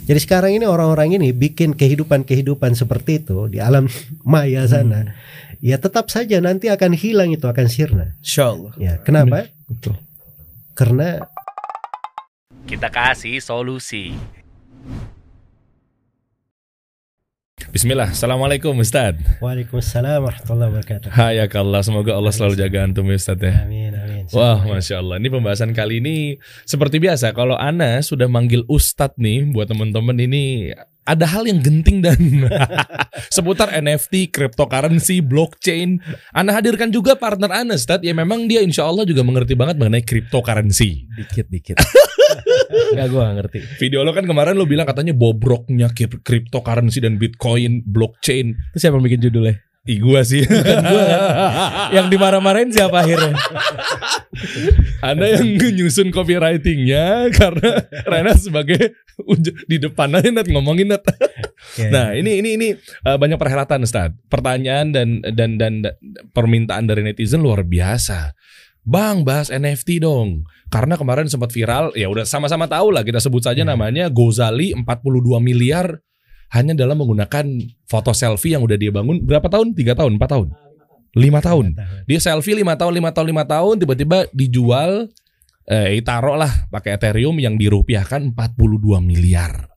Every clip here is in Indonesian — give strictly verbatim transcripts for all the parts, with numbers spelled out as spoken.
Jadi sekarang ini orang-orang ini bikin kehidupan-kehidupan seperti itu di alam maya sana. Hmm. Ya tetap saja nanti akan hilang, itu akan sirna. Insyaallah. Ya, kenapa? Betul. Karena kita kasih solusi. Bismillah, Assalamualaikum Ustaz. Waalaikumsalam warahmatullahi wabarakatuh. Hayakallah, semoga Allah selalu jaga antum ya Ustaz ya. Amin, amin. Wah, Masya Allah. Ini pembahasan kali ini seperti biasa. Kalau Ana sudah manggil Ustadz nih, buat teman-teman ini ada hal yang genting dan seputar N F T, cryptocurrency, blockchain. Ana hadirkan juga partner Ana, Ustadz. Ya memang dia insya Allah juga mengerti banget mengenai cryptocurrency. Dikit-dikit. Enggak, gue gak ngerti. Video lo kan kemarin lo bilang katanya bobroknya cryptocurrency dan bitcoin, blockchain. Itu siapa yang bikin judulnya? Ih, gua sih. Bukan gua kan. Yang dimarah-marahin siapa akhirnya? Anda yang nyusun copywritingnya karena Rena sebagai di depan aja Nat ngomongin Nat. Okay. Nah ini ini ini uh, banyak perhelatan Ustaz. Pertanyaan dan dan dan permintaan dari netizen luar biasa. Bang, bahas N F T dong. Karena kemarin sempat viral, ya udah sama-sama tahu lah, kita sebut saja yeah. namanya Gozali empat puluh dua miliar hanya dalam menggunakan foto selfie yang udah dia bangun berapa tahun? tiga tahun, empat tahun? lima tahun. Dia selfie lima tahun, lima tahun, lima tahun tiba-tiba dijual eh taruh lah pakai Ethereum yang dirupiahkan empat puluh dua miliar.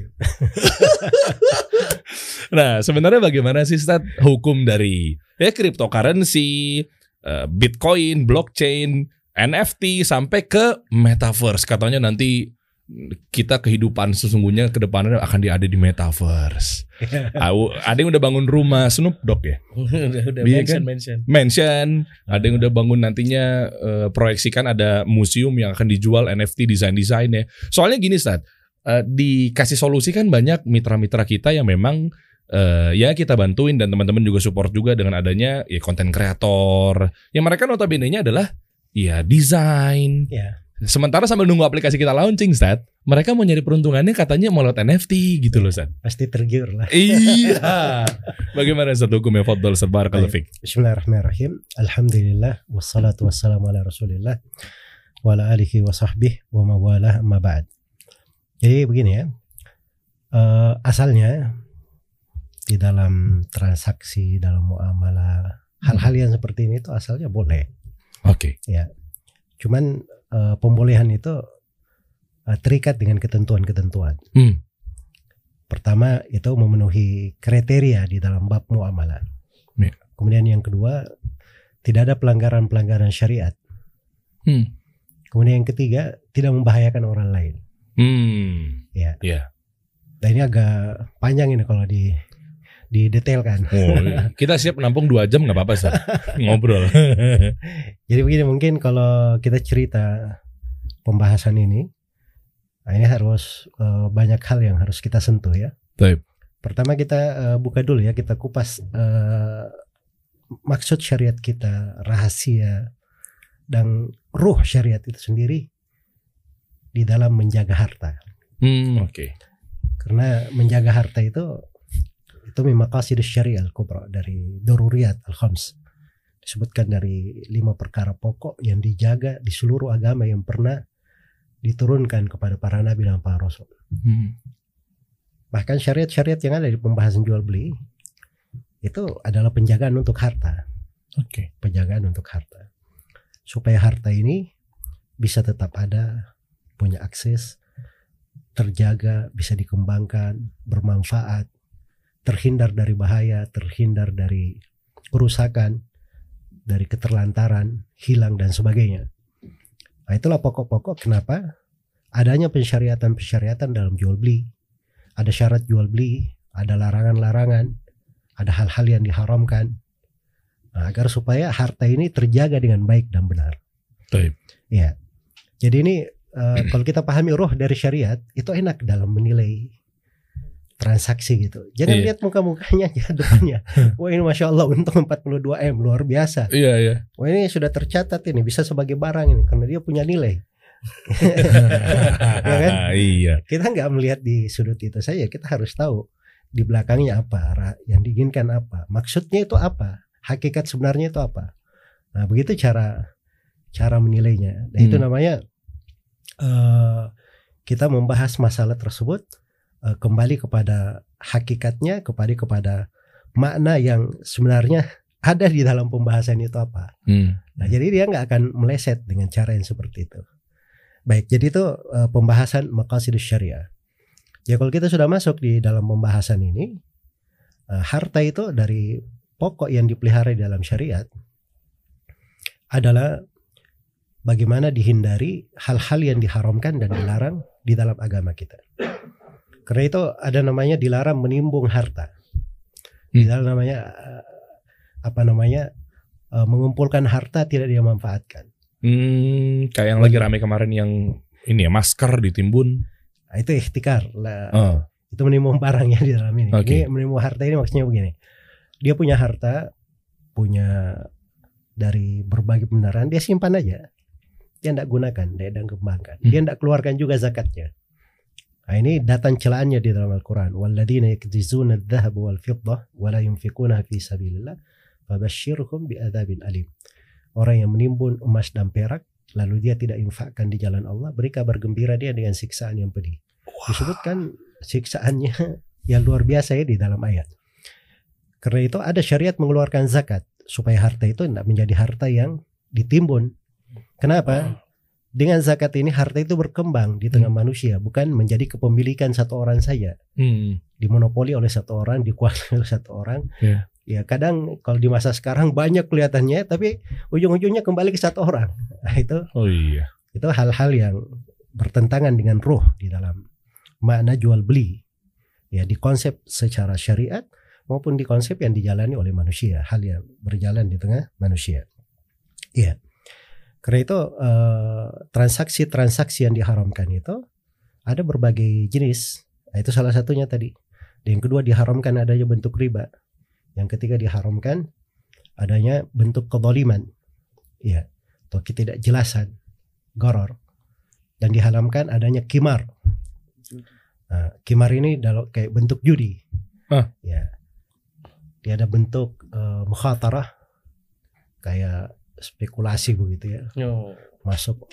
Nah, sebenarnya bagaimana sih Ustaz hukum dari ya cryptocurrency, eh, Bitcoin, blockchain, N F T sampai ke metaverse? Katanya nanti kita kehidupan sesungguhnya ke depannya akan ada di metaverse. Ada yang udah bangun rumah Snoop Dogg ya. udah udah Biar mention, kan? mention. Mention. Ada yang udah bangun nantinya uh, proyeksikan ada museum yang akan dijual N F T desain-desainnya. Soalnya gini Ustaz, uh, dikasih solusi kan banyak mitra-mitra kita yang memang uh, ya kita bantuin dan teman-teman juga support juga dengan adanya ya konten kreator. Yang mereka notabene-nya adalah ya desain. Ya. Sementara sambil nunggu aplikasi kita launching, Ustaz, mereka mau nyari peruntungannya katanya mau lewat N F T gitu loh, Ustaz. Pasti tergiur lah. Iya. Bagaimana Ustaz hukumnya? Fadhal Barakallahu fik. Bismillahirrahmanirrahim. Alhamdulillah wassalatu wassalamu ala Rasulillah wa ala alihi wa sahbihi wa mawalah amma ba'd. Jadi begini ya. Uh, asalnya di dalam transaksi, dalam muamalah, hal-hal yang seperti ini itu asalnya boleh. Oke. Okay. Ya. Cuman uh, pembolehan itu uh, terikat dengan ketentuan-ketentuan. Hmm. Pertama itu memenuhi kriteria di dalam bab muamalah. Yeah. Kemudian yang kedua tidak ada pelanggaran-pelanggaran syariat. Hmm. Kemudian yang ketiga tidak membahayakan orang lain. Hmm. Ya. Yeah. Dan ini agak panjang ini kalau di didetailkan. Oh, kita siap menampung dua jam nggak apa-apa Ustaz. Ngobrol. Jadi begini, mungkin kalau kita cerita pembahasan ini, nah ini harus uh, banyak hal yang harus kita sentuh ya. Baik. Pertama kita uh, buka dulu ya, kita kupas uh, maksud syariat kita, rahasia dan ruh syariat itu sendiri di dalam menjaga harta. Hmm, oke. Okay. Karena menjaga harta itu itu maqasid syariah al-kubra, dari daruriyat al-khams. Disebutkan dari lima perkara pokok yang dijaga di seluruh agama yang pernah diturunkan kepada para nabi dan para rasul. Hmm. Bahkan syariat-syariat yang ada di pembahasan jual beli itu adalah penjagaan untuk harta. Oke. Okay. Penjagaan untuk harta. Supaya harta ini bisa tetap ada, punya akses, terjaga, bisa dikembangkan, bermanfaat, terhindar dari bahaya, terhindar dari kerusakan, dari keterlantaran, hilang dan sebagainya. Nah, itulah pokok-pokok kenapa adanya pensyariatan-pensyariatan dalam jual beli. Ada syarat jual beli, ada larangan-larangan, ada hal-hal yang diharamkan. Nah, agar supaya harta ini terjaga dengan baik dan benar. Baik. Ya. Jadi ini uh, kalau kita pahami roh dari syariat, itu enak dalam menilai transaksi gitu. Jangan iya. lihat muka-mukanya aja depannya. Wah ini Masya Allah untung empat puluh dua M, luar biasa. Iya, iya. Wah ini sudah tercatat ini, bisa sebagai barang ini karena dia punya nilai. Ya kan? Iya. Kita nggak melihat di sudut itu saja, kita harus tahu di belakangnya apa, yang diinginkan apa, maksudnya itu apa, hakikat sebenarnya itu apa. Nah begitu cara cara menilainya. Dan hmm. itu namanya uh, kita membahas masalah tersebut uh, kembali kepada hakikatnya, kembali kepada makna yang sebenarnya ada di dalam pembahasan itu apa. Hmm. Nah, jadi dia nggak akan meleset dengan cara yang seperti itu. Baik, jadi itu uh, pembahasan maqasidus syariah. Ya kalau kita sudah masuk di dalam pembahasan ini, uh, harta itu dari pokok yang dipelihara di dalam syariat adalah bagaimana dihindari hal-hal yang diharamkan dan dilarang di dalam agama kita. Karena itu ada namanya dilarang menimbung harta. Di dalam namanya apa namanya mengumpulkan harta tidak dia manfaatkan. Hmm, kayak yang lagi rame kemarin yang ini ya, masker ditimbun. Nah, itu ihtikar lah. Oh. Itu menimbung barang ya di dalam ini. Okay. Ini menimbung harta ini maksudnya begini. Dia punya harta, punya dari berbagai pembenaran, dia simpan aja. Dia tidak gunakan, dia tidak kembangkan. Hmm. Dia tidak keluarkan juga zakatnya. Nah, ini datang celaannya di dalam Al-Quran. Walladzina yakdizuna adh-dhahaba wal fiddah wa la yunfiquna fi sabilillah fabashshirhum bi'adzabin alim. Orang yang menimbun emas dan perak lalu dia tidak infakkan di jalan Allah, beri kabar gembira dia dengan siksaan yang pedih. Wow. Disebutkan siksaannya yang luar biasa ya di dalam ayat. Karena itu ada syariat mengeluarkan zakat supaya harta itu tidak menjadi harta yang ditimbun. Kenapa? Dengan zakat ini harta itu berkembang di tengah hmm. manusia, bukan menjadi kepemilikan satu orang saja. Hmm. Dimonopoli oleh satu orang, dikuasai oleh satu orang. Yeah. Ya kadang kalau di masa sekarang banyak kelihatannya, tapi ujung-ujungnya kembali ke satu orang. Nah, itu, oh iya. Itu hal-hal yang bertentangan dengan ruh di dalam makna jual beli. Ya di konsep secara syariat maupun di konsep yang dijalani oleh manusia, hal yang berjalan di tengah manusia. Iya. Karena itu eh, transaksi-transaksi yang diharamkan itu ada berbagai jenis. Nah, itu salah satunya tadi. Dan yang kedua diharamkan adanya bentuk riba. Yang ketiga diharamkan adanya bentuk kezaliman. Ya, atau ketidakjelasan, gharar. Dan diharamkan adanya kimar. Nah, kimar ini dalam kayak bentuk judi. Huh. Ya. Dia ada bentuk uh, mukhatarah kayak spekulasi begitu ya. Oh. Masuk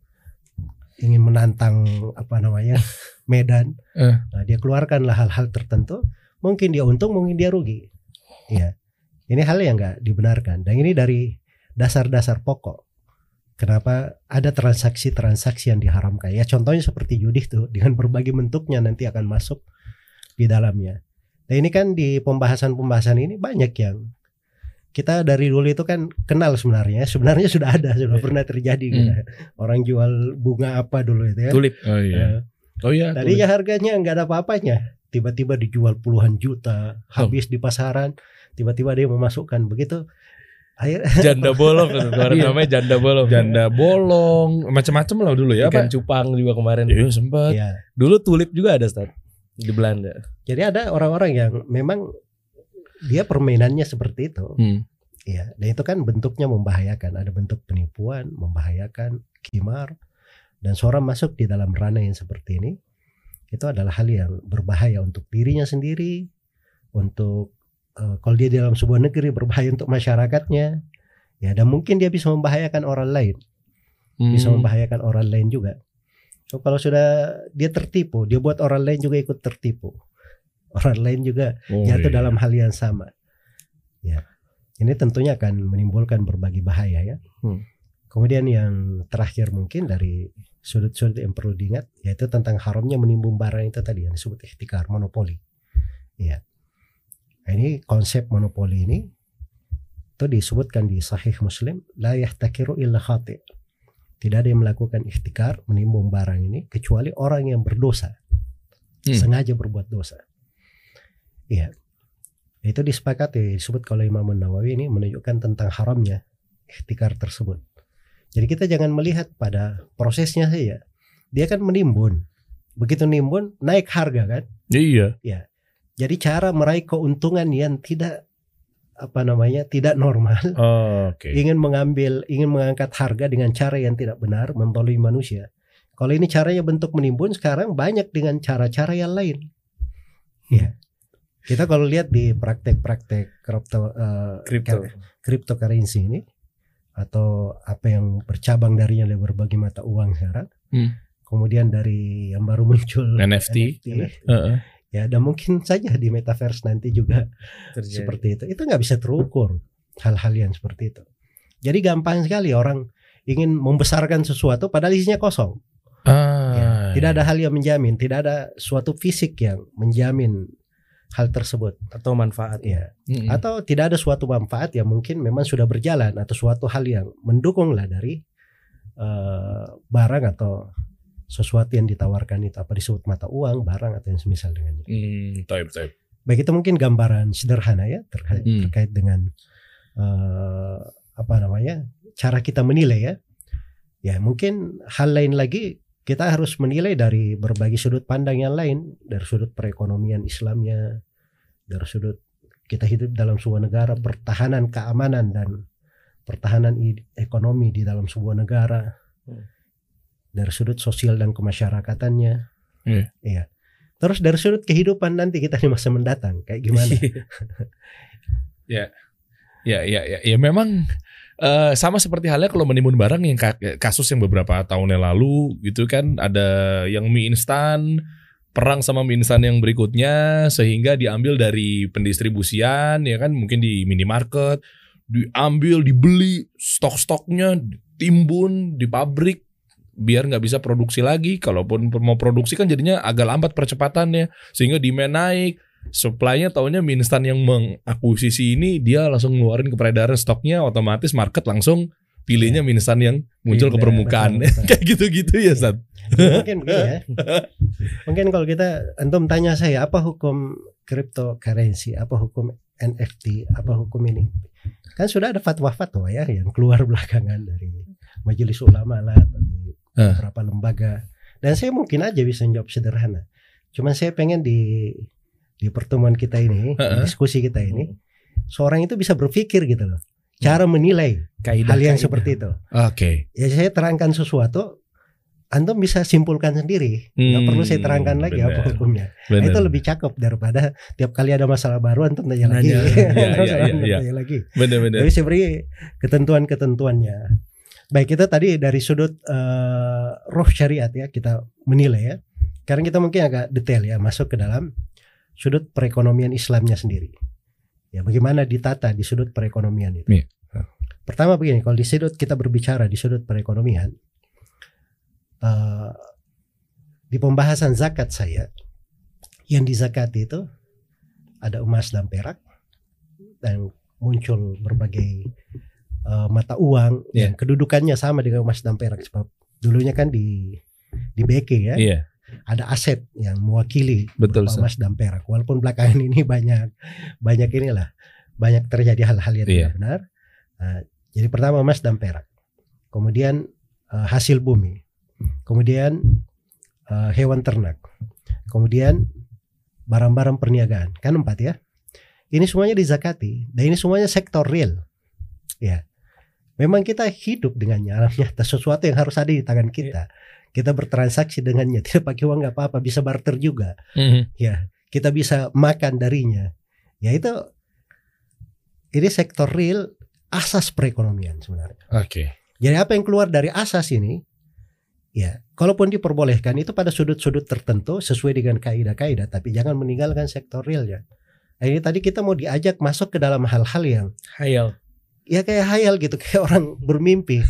ingin menantang apa namanya medan. Uh. Nah, dia keluarkanlah hal-hal tertentu, mungkin dia untung, mungkin dia rugi. Ya. Ini hal yang enggak dibenarkan dan ini dari dasar-dasar pokok. Kenapa ada transaksi-transaksi yang diharamkan? Ya contohnya seperti judi itu dengan berbagai bentuknya nanti akan masuk di dalamnya. Nah, ini kan di pembahasan-pembahasan ini banyak yang kita dari dulu itu kan kenal sebenarnya. Sebenarnya sudah ada, sudah pernah terjadi hmm. gitu. Orang jual bunga apa dulu itu ya. Tulip. Oh iya. Ya. Oh iya. Tadinya harganya nggak ada apa-apanya. Tiba-tiba dijual puluhan juta, habis oh. di pasaran, tiba-tiba dia memasukkan begitu. Akhir janda bolong kemarin namanya janda bolong. Janda bolong, macam-macam lah dulu ya. Ikan cupang juga kemarin. Iya sempat. Ya. Dulu tulip juga ada Ustaz di Belanda. Jadi ada orang-orang yang memang dia permainannya seperti itu. Hmm. Ya, dan itu kan bentuknya membahayakan. Ada bentuk penipuan, membahayakan, kimar. Dan seorang masuk di dalam ranah yang seperti ini, itu adalah hal yang berbahaya untuk dirinya sendiri, untuk uh, kalau dia di dalam sebuah negeri berbahaya untuk masyarakatnya. Ya, dan mungkin dia bisa membahayakan orang lain. Hmm. Bisa membahayakan orang lain juga. So, kalau sudah dia tertipu, dia buat orang lain juga ikut tertipu. Orang lain juga oh, jatuh iya. dalam hal yang sama. Ya, ini tentunya akan menimbulkan berbagai bahaya ya. Hmm. Kemudian yang terakhir mungkin dari sudut-sudut yang perlu diingat yaitu tentang haramnya menimbun barang itu tadi yang disebut ihtikar, monopoli. Ya, nah, ini konsep monopoli ini itu disebutkan di Sahih Muslim, la yahtakiru illa khati'. Tidak ada yang melakukan ihtikar, menimbun barang ini kecuali orang yang berdosa, hmm. sengaja berbuat dosa. Iya, itu disepakati disebut kalau Imam Nawawi ini menunjukkan tentang haramnya ihtikar tersebut. Jadi kita jangan melihat pada prosesnya saja. Dia kan menimbun, begitu nimbun naik harga kan? Iya. Ya, jadi cara meraih keuntungan yang tidak apa namanya tidak normal. Oh, okay. Ingin mengambil, ingin mengangkat harga dengan cara yang tidak benar, mendolimi manusia. Kalau ini caranya bentuk menimbun, sekarang banyak dengan cara-cara yang lain. Ya. Kita kalau lihat di praktek-praktek kripto, uh, cryptocurrency ini atau apa yang bercabang darinya dari berbagai mata uang sekarang, hmm. kemudian dari yang baru muncul N F T, N F T. Uh-uh. Ya, dan mungkin saja di metaverse nanti juga Terjadi. seperti itu. Itu nggak bisa terukur hal-hal yang seperti itu. Jadi gampang sekali orang ingin membesarkan sesuatu padahal isinya kosong. Ah, Ya, tidak ada hal yang menjamin, tidak ada suatu fisik yang menjamin hal tersebut. Atau manfaat. Ya. Mm-mm. Atau tidak ada suatu manfaat yang mungkin memang sudah berjalan atau suatu hal yang mendukung lah dari uh, barang atau sesuatu yang ditawarkan itu, apa disebut mata uang, barang atau yang semisal dengannya. Hmm, taib, taib. Baik, itu mungkin gambaran sederhana ya terkait Hmm. terkait dengan uh, apa namanya cara kita menilai ya. Ya mungkin hal lain lagi kita harus menilai dari berbagai sudut pandang yang lain, dari sudut perekonomian Islamnya, dari sudut kita hidup dalam sebuah negara, pertahanan keamanan dan pertahanan i- ekonomi di dalam sebuah negara, Hmm. dari sudut sosial dan kemasyarakatannya. Iya. Iya. Terus dari sudut kehidupan nanti kita di masa mendatang kayak gimana? Ya, ya, ya, ya memang eh, sama seperti halnya kalau menimbun barang yang ka- kasus yang beberapa tahun yang lalu gitu kan, ada yang mie instan perang sama mie instan yang berikutnya sehingga diambil dari pendistribusian ya kan, mungkin di minimarket, diambil, dibeli stok-stoknya, ditimbun di pabrik biar nggak bisa produksi lagi. Kalaupun mau produksi kan jadinya agak lambat percepatannya sehingga demand naik. Supply-nya taunya mie instan yang mengakuisisi ini dia langsung ngeluarin ke peredaran stoknya, otomatis market langsung pilihnya mie instan yang muncul Iya, ke permukaan. betul, betul. Kayak gitu-gitu ya, Sat. Mungkin begini ya. Mungkin kalau kita antum tanya saya apa hukum cryptocurrency, apa hukum N F T, apa hukum ini? Kan sudah ada fatwa-fatwa ya yang keluar belakangan dari majelis ulama lah atau di Uh. beberapa lembaga. Dan saya mungkin aja bisa menjawab sederhana. Cuman saya pengen di di pertemuan kita ini, di Uh-uh. diskusi kita ini, seorang itu bisa berpikir gitu loh. Cara menilai Kaidah, hal yang kaidah. seperti itu. Oke. Ya saya terangkan sesuatu, antum bisa simpulkan sendiri. Nggak Hmm, perlu saya terangkan lagi apa benar. hukumnya. Nah, Benar. itu lebih cakep daripada tiap kali ada masalah baru antum tanya Nanya. lagi. Iya, iya, Masalah iya, antum iya. tanya lagi. Benar-benar. Jadi saya beri ketentuan-ketentuannya. Baik, kita tadi dari sudut eh, roh syariat ya kita menilai ya. Sekarang kita mungkin agak detail ya masuk ke dalam sudut perekonomian Islamnya sendiri. Ya bagaimana ditata di sudut perekonomian itu. Iya. Pertama begini, kalau di sudut kita berbicara di sudut perekonomian, eh, di pembahasan zakat saya yang dizakati itu ada emas dan perak dan muncul berbagai uh, mata uang Yeah. yang kedudukannya sama dengan emas dan perak. Sebab dulunya kan di di B K ya, Iya, ada aset yang mewakili Betul, berupa Ustaz. emas dan perak. Walaupun belakangan ini banyak banyak inilah banyak terjadi hal-hal yang Iya. tidak benar. Nah, jadi pertama emas dan perak, kemudian uh, hasil bumi, kemudian uh, hewan ternak, kemudian barang-barang perniagaan, kan empat ya. Ini semuanya dizakati dan ini semuanya sektor real. Ya. Memang kita hidup dengannya, alam nyata, sesuatu yang harus ada di tangan kita. Kita bertransaksi dengannya, tidak pakai uang nggak apa-apa, bisa barter juga. Mhm. Ya, kita bisa makan darinya. Ya itu ini sektor real, asas perekonomian sebenarnya. Oke. Jadi apa yang keluar dari asas ini, ya, kalaupun diperbolehkan itu pada sudut-sudut tertentu sesuai dengan kaidah-kaidah, tapi jangan meninggalkan sektor realnya. Nah, ini tadi kita mau diajak masuk ke dalam hal-hal yang Hayal. ya kayak hayal gitu, kayak orang bermimpi,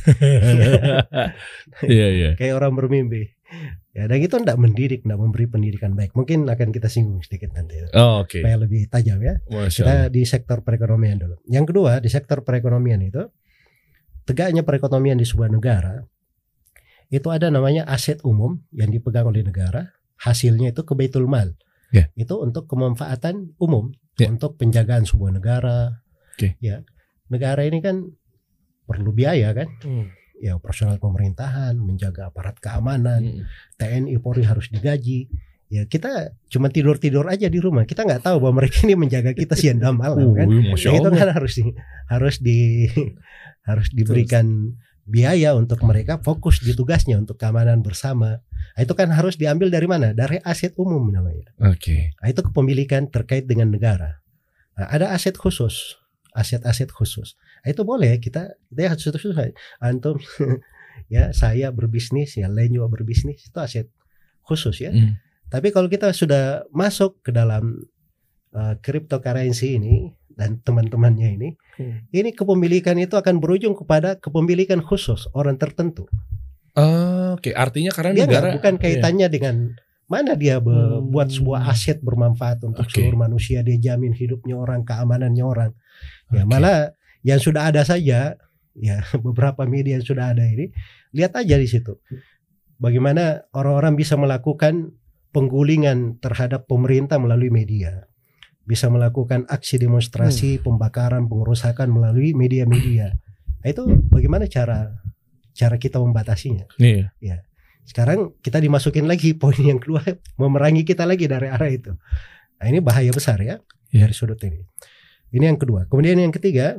Iya, iya. kayak orang bermimpi. Ya, dan itu tidak mendidik, tidak memberi pendidikan baik. Mungkin akan kita singgung sedikit nanti, Oh, oke. supaya lebih tajam ya. Masya Kita Allah. di sektor perekonomian dulu. Yang kedua, di sektor perekonomian itu, tegaknya perekonomian di sebuah negara, itu ada namanya aset umum yang dipegang oleh negara, hasilnya itu ke Baitul Mal. Ya. Itu untuk kemanfaatan umum, Ya. untuk penjagaan sebuah negara. Oke. Ya, negara ini kan perlu biaya kan, Hmm. ya operasional pemerintahan, menjaga aparat keamanan, Mm. T N I Polri harus digaji. Ya kita cuma tidur-tidur aja di rumah, kita nggak tahu bahwa mereka ini menjaga kita siang dan malam kan. Wih, Masya Ya, itu Allah. kan harus di, harus di harus diberikan biaya untuk mereka fokus di tugasnya untuk keamanan bersama. Nah, itu kan harus diambil dari mana? Dari aset umum namanya. Oke. Nah, itu kepemilikan terkait dengan negara. Nah, ada aset khusus, aset-aset khusus. Nah, itu boleh kita kita harus khusus. Antum ya saya berbisnis, yang lain juga berbisnis, itu aset khusus ya. Hmm. Tapi kalau kita sudah masuk ke dalam uh, cryptocurrency ini dan teman-temannya ini, hmm. ini kepemilikan itu akan berujung kepada kepemilikan khusus orang tertentu. Oh, Oke, okay. Artinya karena dia negara bukan kaitannya iya. dengan mana dia be- hmm. buat sebuah aset bermanfaat untuk okay. seluruh manusia, dia jamin hidupnya orang, keamanannya orang. Ya okay. malah yang sudah ada saja, ya beberapa media yang sudah ada ini, lihat aja di situ. Bagaimana orang-orang bisa melakukan penggulingan terhadap pemerintah melalui media. Bisa melakukan aksi demonstrasi, hmm. pembakaran, pengerusakan melalui media-media. Nah, itu bagaimana cara cara kita membatasinya? Iya. Ya. Sekarang kita dimasukin lagi poin yang kedua, memerangi kita lagi dari arah itu. Nah, ini bahaya besar ya, ya dari sudut ini. Ini yang kedua. Kemudian yang ketiga,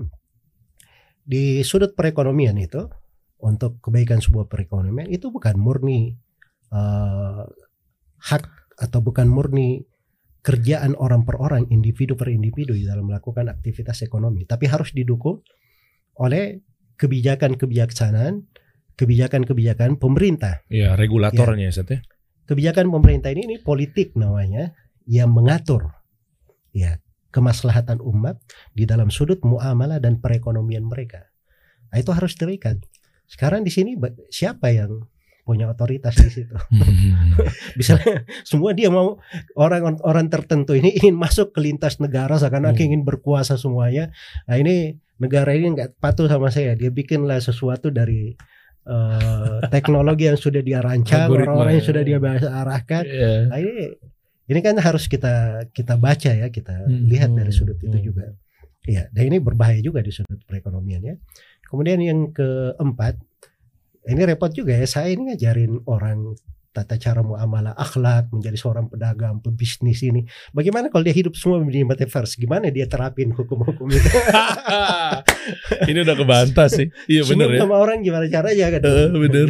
di sudut perekonomian itu, untuk kebaikan sebuah perekonomian itu bukan murni uh, hak atau bukan murni kerjaan orang per orang, individu per individu di dalam melakukan aktivitas ekonomi, tapi harus didukung oleh kebijakan kebijaksanaan, kebijakan-kebijakan pemerintah. Iya, regulatornya ya. ya. Kebijakan pemerintah ini, ini politik namanya, yang mengatur ya kemaslahatan umat di dalam sudut muamalah dan perekonomian mereka. Nah, itu harus terikat. Sekarang di sini siapa yang punya otoritas di situ? Misalnya semua dia mau orang-orang tertentu ini ingin masuk ke lintas negara seakan-akan hmm. ingin berkuasa semuanya. Nah, ini negara ini nggak patuh sama saya. Dia bikinlah sesuatu dari Uh, teknologi yang sudah dia rancang, orang-orang yang sudah dia arahkan. Yeah. Nah, ini ini kan harus kita kita baca ya, kita hmm. lihat dari sudut itu hmm. juga. Ya, dan ini berbahaya juga di sudut perekonomian ya. Kemudian yang keempat, ini repot juga ya, saya ini ngajarin orang tata cara muamalah, akhlak, menjadi seorang pedagang, pebisnis ini. Bagaimana kalau dia hidup semua di metaverse? Gimana dia terapin hukum-hukum itu? Ini udah kebantah sih. Iya benar ya. Sama orang gimana caranya kan? Uh, benar.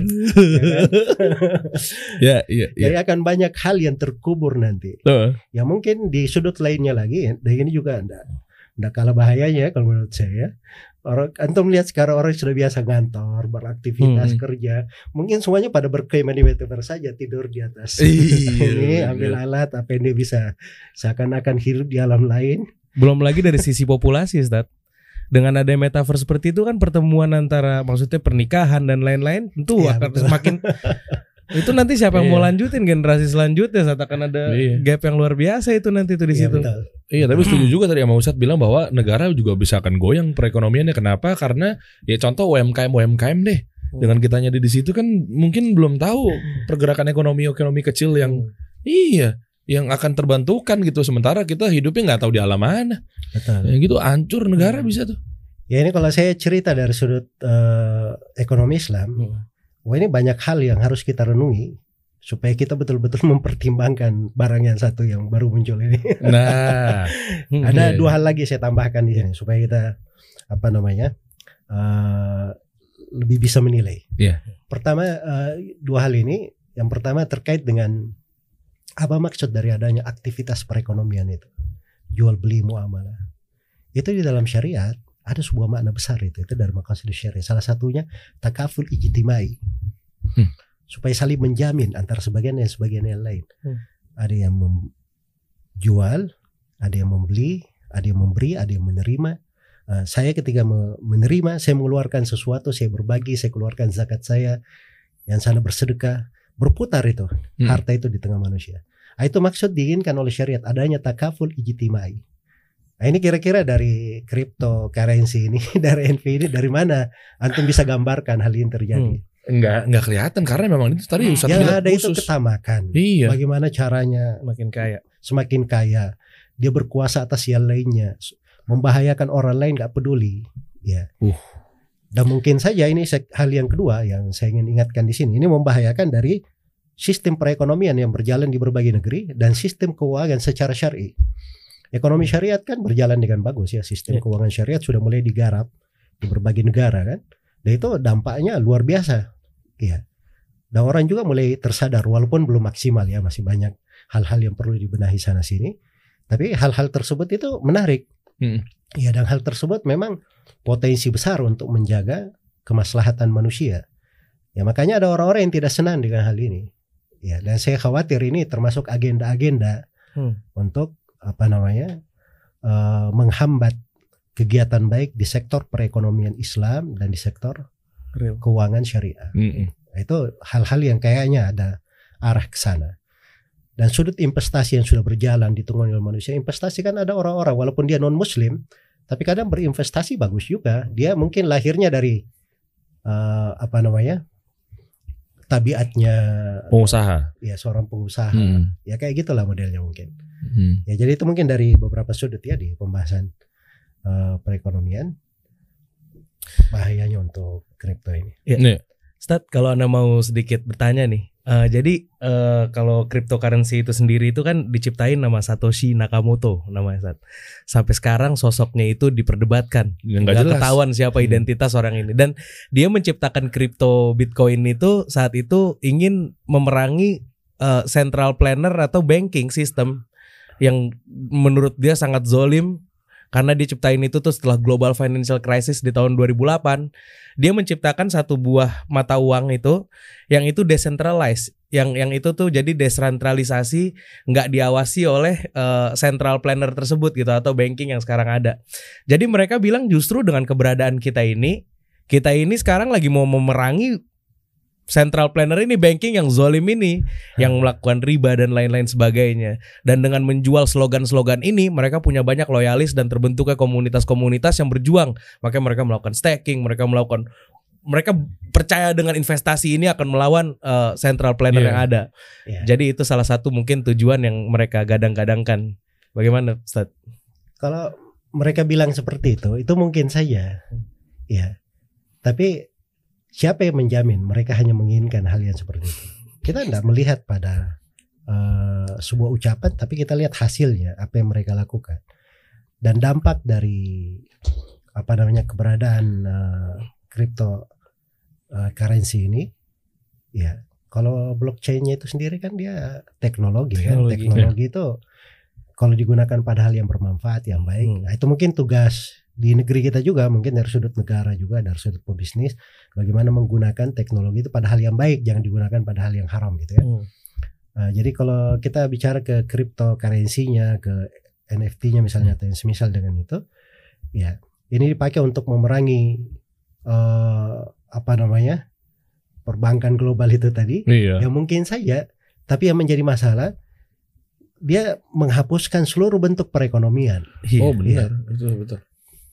Ya, iya, iya. Jadi akan banyak hal yang terkubur nanti. Uh. Ya mungkin di sudut lainnya lagi, dan ini juga enggak, enggak kalah bahayanya kalau menurut saya. Orang, antum lihat sekarang orang sudah biasa ngantor, beraktivitas, hmm. kerja, mungkin semuanya pada berkemah di metaverse saja, tidur di atas. Ini ambil alat apa yang dia bisa, seakan-akan hidup di alam lain. Belum lagi dari sisi populasi, Ustaz. Dengan ada metaverse seperti itu kan pertemuan antara maksudnya pernikahan dan lain-lain tentu ya, akan semakin itu nanti siapa yang iya. mau lanjutin generasi selanjutnya saat akan ada iya. gap yang luar biasa itu nanti itu di iya, situ. Betul. Iya, tapi setuju juga tadi sama Ustadz bilang bahwa negara juga bisa akan goyang perekonomiannya. Kenapa? Karena ya contoh U M K M U M K M deh. Dengan kitanya di situ kan mungkin belum tahu pergerakan ekonomi ekonomi kecil yang hmm. iya yang akan terbantukan gitu. Sementara kita hidupnya nggak tahu di alam mana. Betul. Ya gitu hancur negara bisa tuh. Ya ini kalau saya cerita dari sudut uh, ekonomi Islam. Hmm. Wah, ini banyak hal yang harus kita renungi supaya kita betul-betul mempertimbangkan barang yang satu yang baru muncul ini. Nah, ada iya, dua hal lagi saya tambahkan di sini supaya kita apa namanya uh, lebih bisa menilai. Yeah. Pertama, uh, dua hal ini. Yang pertama terkait dengan apa maksud dari adanya aktivitas perekonomian itu, jual beli muamalah. Itu di dalam syariat. Ada sebuah makna besar itu, itu dari maqasid syariah. Salah satunya takaful ijtimai, hmm. supaya saling menjamin antara sebagian dan sebagian yang lain. Hmm. Ada yang menjual, ada yang membeli, ada yang memberi, ada yang menerima. Uh, saya ketika menerima, saya mengeluarkan sesuatu, saya berbagi, saya keluarkan zakat saya, yang sana bersedekah, berputar itu hmm. harta itu di tengah manusia. Nah, itu maksud diinginkan oleh syariat, adanya takaful ijtimai. Nah, ini kira-kira dari cryptocurrency ini, dari N V ini, dari mana antum bisa gambarkan hal ini terjadi? Hmm. Enggak, enggak kelihatan karena memang itu tadi Ustaz yang bilang ada khusus. Itu ketamakan. Iya. Bagaimana caranya semakin kaya, semakin kaya, dia berkuasa atas yang lainnya, membahayakan orang lain nggak peduli, ya. Uh. Dan mungkin saja ini hal yang kedua yang saya ingin ingatkan di sini, ini membahayakan dari sistem perekonomian yang berjalan di berbagai negeri dan sistem keuangan secara syar'i. Ekonomi syariat kan berjalan dengan bagus ya, sistem yeah. keuangan syariat sudah mulai digarap di berbagai negara kan, dan itu dampaknya luar biasa, ya. Dan orang juga mulai tersadar walaupun belum maksimal ya, masih banyak hal-hal yang perlu dibenahi sana sini, tapi hal-hal tersebut itu menarik, hmm. ya, dan hal tersebut memang potensi besar untuk menjaga kemaslahatan manusia. Ya makanya ada orang-orang yang tidak senang dengan hal ini. Ya, dan saya khawatir ini termasuk agenda-agenda hmm. untuk apa namanya uh, menghambat kegiatan baik di sektor perekonomian Islam dan di sektor Real. keuangan syariah. Mm-hmm. Itu hal-hal yang kayaknya ada arah ke sana. Dan sudut investasi yang sudah berjalan di tengah manusia, investasi kan ada orang-orang walaupun dia non Muslim, tapi kadang berinvestasi bagus juga. Dia mungkin lahirnya dari uh, apa namanya tabiatnya pengusaha, ya seorang pengusaha, hmm. ya kayak gitulah modelnya mungkin. Hmm. Ya jadi itu mungkin dari beberapa sudut ya di pembahasan uh, perekonomian bahayanya untuk kripto ini. Ya. Nih, Ustaz, kalau Anda mau sedikit bertanya nih, uh, jadi uh, kalau cryptocurrency itu sendiri itu kan diciptain nama Satoshi Nakamoto namanya, Ustaz. Sampai sekarang sosoknya itu diperdebatkan, nggak ketahuan siapa identitas hmm. orang ini. Dan dia menciptakan kripto Bitcoin itu saat itu ingin memerangi uh, central planner atau banking system yang menurut dia sangat zolim. Karena dia ciptain itu tuh setelah global financial crisis di tahun dua ribu delapan. Dia menciptakan satu buah mata uang itu yang itu decentralized, yang yang itu tuh jadi desentralisasi, nggak diawasi oleh uh, central planner tersebut gitu atau banking yang sekarang ada. Jadi mereka bilang justru dengan keberadaan kita ini, kita ini sekarang lagi mau memerangi central planner ini, banking yang zolim ini, yang melakukan riba dan lain-lain sebagainya. Dan dengan menjual slogan-slogan ini, mereka punya banyak loyalis dan terbentuknya komunitas-komunitas yang berjuang. Makanya mereka melakukan staking, mereka melakukan, mereka percaya dengan investasi ini akan melawan uh, central planner yeah. yang ada. Yeah. Jadi itu salah satu mungkin tujuan yang mereka gadang-gadangkan. Bagaimana, Ustaz? Kalau mereka bilang seperti itu, itu mungkin saja, ya. Tapi siapa yang menjamin mereka hanya menginginkan hal yang seperti itu? Kita tidak melihat pada uh, sebuah ucapan, tapi kita lihat hasilnya, apa yang mereka lakukan dan dampak dari apa namanya keberadaan uh, crypto uh, currency ini. Ya, kalau blockchain-nya itu sendiri kan dia teknologi, teknologi kan, teknologi ya. Itu kalau digunakan pada hal yang bermanfaat, yang baik, hmm. nah, itu mungkin tugas di negeri kita juga, mungkin dari sudut negara juga, dari sudut pebisnis, bagaimana menggunakan teknologi itu pada hal yang baik, jangan digunakan pada hal yang haram gitu ya. Hmm. Nah, jadi kalau kita bicara ke cryptocurrency-nya, ke N F T-nya misalnya, atau yang semisal dengan itu, ya ini dipakai untuk memerangi uh, apa namanya perbankan global itu tadi, iya. yang mungkin saja, tapi yang menjadi masalah dia menghapuskan seluruh bentuk perekonomian. Oh benar, ya. Betul betul.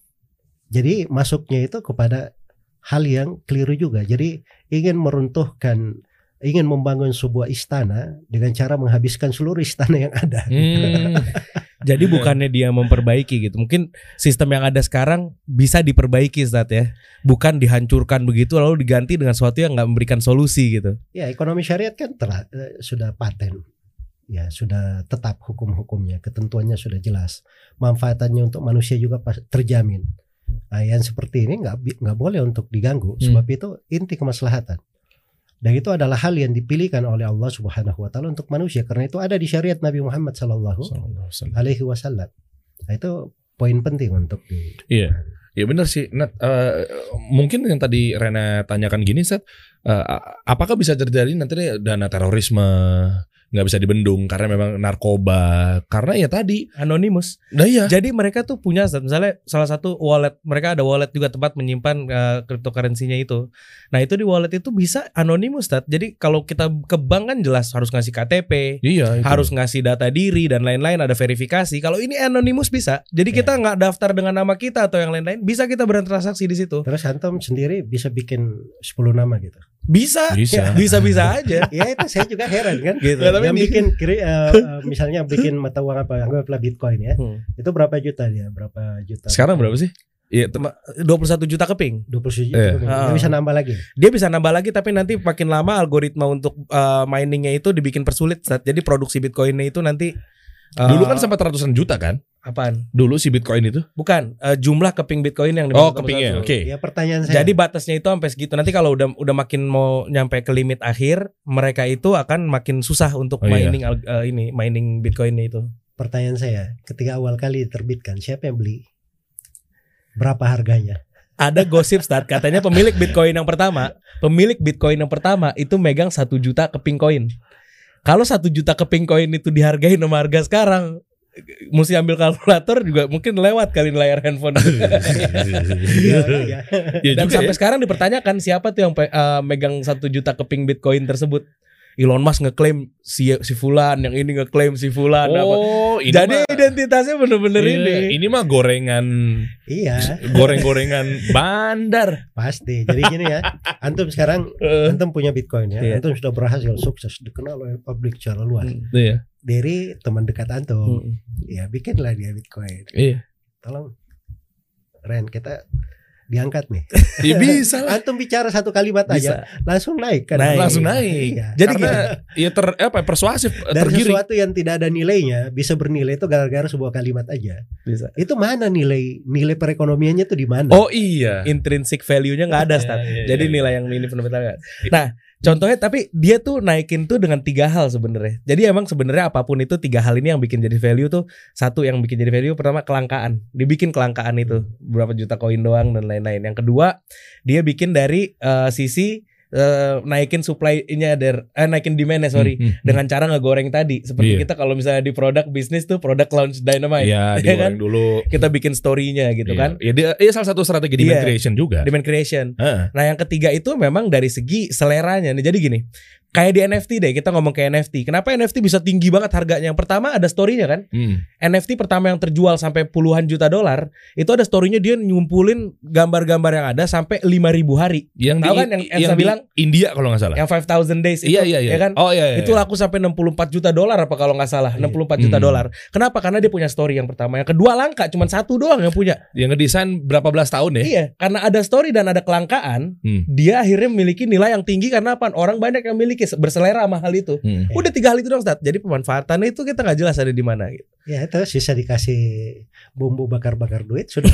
Jadi masuknya itu kepada hal yang keliru juga. Jadi ingin meruntuhkan, ingin membangun sebuah istana dengan cara menghabiskan seluruh istana yang ada. Hmm. Jadi bukannya dia memperbaiki gitu. Mungkin sistem yang ada sekarang bisa diperbaiki, Ustaz ya. Bukan dihancurkan begitu lalu diganti dengan sesuatu yang nggak memberikan solusi gitu. Ya, ekonomi syariat kan telah eh, sudah paten. Ya, sudah tetap hukum-hukumnya, ketentuannya sudah jelas. Manfaatannya untuk manusia juga terjamin. Nah, yang seperti ini nggak nggak boleh untuk diganggu, sebab hmm. itu inti kemaslahatan. Dan itu adalah hal yang dipilihkan oleh Allah Subhanahu Wa Taala untuk manusia, karena itu ada di syariat Nabi Muhammad Sallallahu Alaihi Wasallam. Nah, itu poin penting untuk di. Iya, ya benar sih. Nat, uh, mungkin yang tadi Rena tanyakan gini, Seth, uh, apakah bisa terjadi nanti dana terorisme? Nggak bisa dibendung karena memang narkoba, karena ya tadi anonimus. Nah, iya. Jadi mereka tuh punya misalnya salah satu wallet, mereka ada wallet juga tempat menyimpan uh, cryptocurrency-nya itu. Nah itu di wallet itu bisa anonimus, Tat. Jadi kalau kita ke bank kan jelas harus ngasih K T P, iya, harus ngasih data diri dan lain-lain, ada verifikasi. Kalau ini anonimus bisa, jadi kita nggak daftar dengan nama kita atau yang lain-lain, bisa kita bertransaksi di situ. Terus Antum sendiri bisa bikin sepuluh nama gitu? Bisa, bisa, bisa, bisa aja. Ya itu saya juga heran kan. Gitu. Ya, yang bikin uh, uh, misalnya bikin mata uang apa, anggaplah Bitcoin ya, hmm. itu berapa juta dia? Berapa juta? Sekarang berapa sih? Iya, dua puluh satu juta keping. dua puluh satu juta eh. keping. Dia bisa nambah lagi. Dia bisa nambah lagi, tapi nanti makin lama algoritma untuk uh, miningnya itu dibikin persulit. Jadi produksi Bitcoinnya itu nanti uh, dulu kan sampai ratusan juta kan? Apaan? Dulu si Bitcoin itu? Bukan, uh, jumlah keping Bitcoin yang oh kepingnya, oke. Okay. Ya pertanyaan saya. Jadi batasnya itu sampai segitu. Nanti kalau udah udah makin mau nyampe ke limit akhir, mereka itu akan makin susah untuk oh, mining iya. uh, ini mining Bitcoinnya itu. Pertanyaan saya, ketika awal kali diterbitkan, siapa yang beli? Berapa harganya? ada gosip start katanya pemilik Bitcoin yang pertama, pemilik Bitcoin yang pertama itu megang satu juta keping koin. Kalau satu juta keping koin itu dihargai sama harga sekarang, mesti ambil kalkulator juga mungkin lewat kali layar handphone. Ya Dan juga sampai ya. sekarang dipertanyakan siapa tuh yang pe- uh, megang satu juta keping Bitcoin tersebut. Elon Musk ngeklaim si si Fulan, yang ini ngeklaim si Fulan. Oh, apa. ini Jadi mah, identitasnya bener-bener iya, ini. ini mah gorengan, Iya, goreng-gorengan bandar. pasti. Jadi gini ya, antum sekarang antum punya Bitcoin ya, Iya. antum sudah berhasil sukses dikenal oleh publik secara luas. Hmm. Iya, Dari teman dekat antum, Hmm. ya bikinlah dia Bitcoin. iya. Tolong, Ren, kita diangkat nih. Ya bisa lah. Antum bicara satu kalimat Bisa. aja, langsung naik kan? Naik. Langsung naik. Iya. Jadi Karena ya ter apa persuasif, Dan tergiring. sesuatu yang tidak ada nilainya bisa bernilai itu gara-gara sebuah kalimat aja. Bisa. Itu mana nilai nilai perekonomiannya tuh di mana? Oh iya. Intrinsic value-nya nggak ada, Stat. Iya, iya, Jadi iya. nilai yang ini fundamental nggak. Nah, contohnya tapi dia tuh naikin tuh dengan tiga hal sebenarnya. Jadi emang sebenarnya apapun itu tiga hal ini yang bikin jadi value tuh. Satu yang bikin jadi value pertama kelangkaan. Dibikin kelangkaan itu berapa juta koin doang dan lain-lain. Yang kedua dia bikin dari uh, sisi uh, naikin supply-nya dari eh naikin demand-nya sorry Hmm, hmm, hmm. dengan cara ngegoreng tadi. Seperti Iya. kita kalau misalnya di produk bisnis tuh produk launch dynamite. Iya, Ya kan? digoreng dulu. Kita bikin story-nya gitu Iya. kan. Ya dia, ya salah satu strategi demand Iya. creation juga. Demand creation. Heeh. Nah yang ketiga itu memang dari segi seleranya nih. Jadi gini, kayak di N F T deh, kita ngomong ke N F T. Kenapa N F T bisa tinggi banget harganya? Yang pertama ada story-nya kan. Hmm. N F T pertama yang terjual sampai puluhan juta dolar, itu ada story-nya dia nyumpulin gambar-gambar yang ada sampai lima ribu hari. Yang Tahu di, kan yang Elsa yang di bilang? India kalau nggak salah. Yang five thousand days itu, Iya iya iya. ya kan? Oh iya iya. Itu laku sampai enam puluh empat juta dolar apa kalau nggak salah, enam puluh empat juta Hmm. dolar. Kenapa? Karena dia punya story yang pertama. Yang kedua langka, cuma satu doang yang punya. Yang ngedesain berapa belas tahun ya? Iya, karena ada story dan ada kelangkaan, Hmm. dia akhirnya memiliki nilai yang tinggi karena apa? Orang banyak yang miliki, berselera sama hal itu. Hmm. Udah tiga hal itu dong, Stat. Jadi pemanfaatannya itu kita nggak jelas ada di mana gitu. Ya itu sisa dikasih bumbu bakar-bakar duit sudah.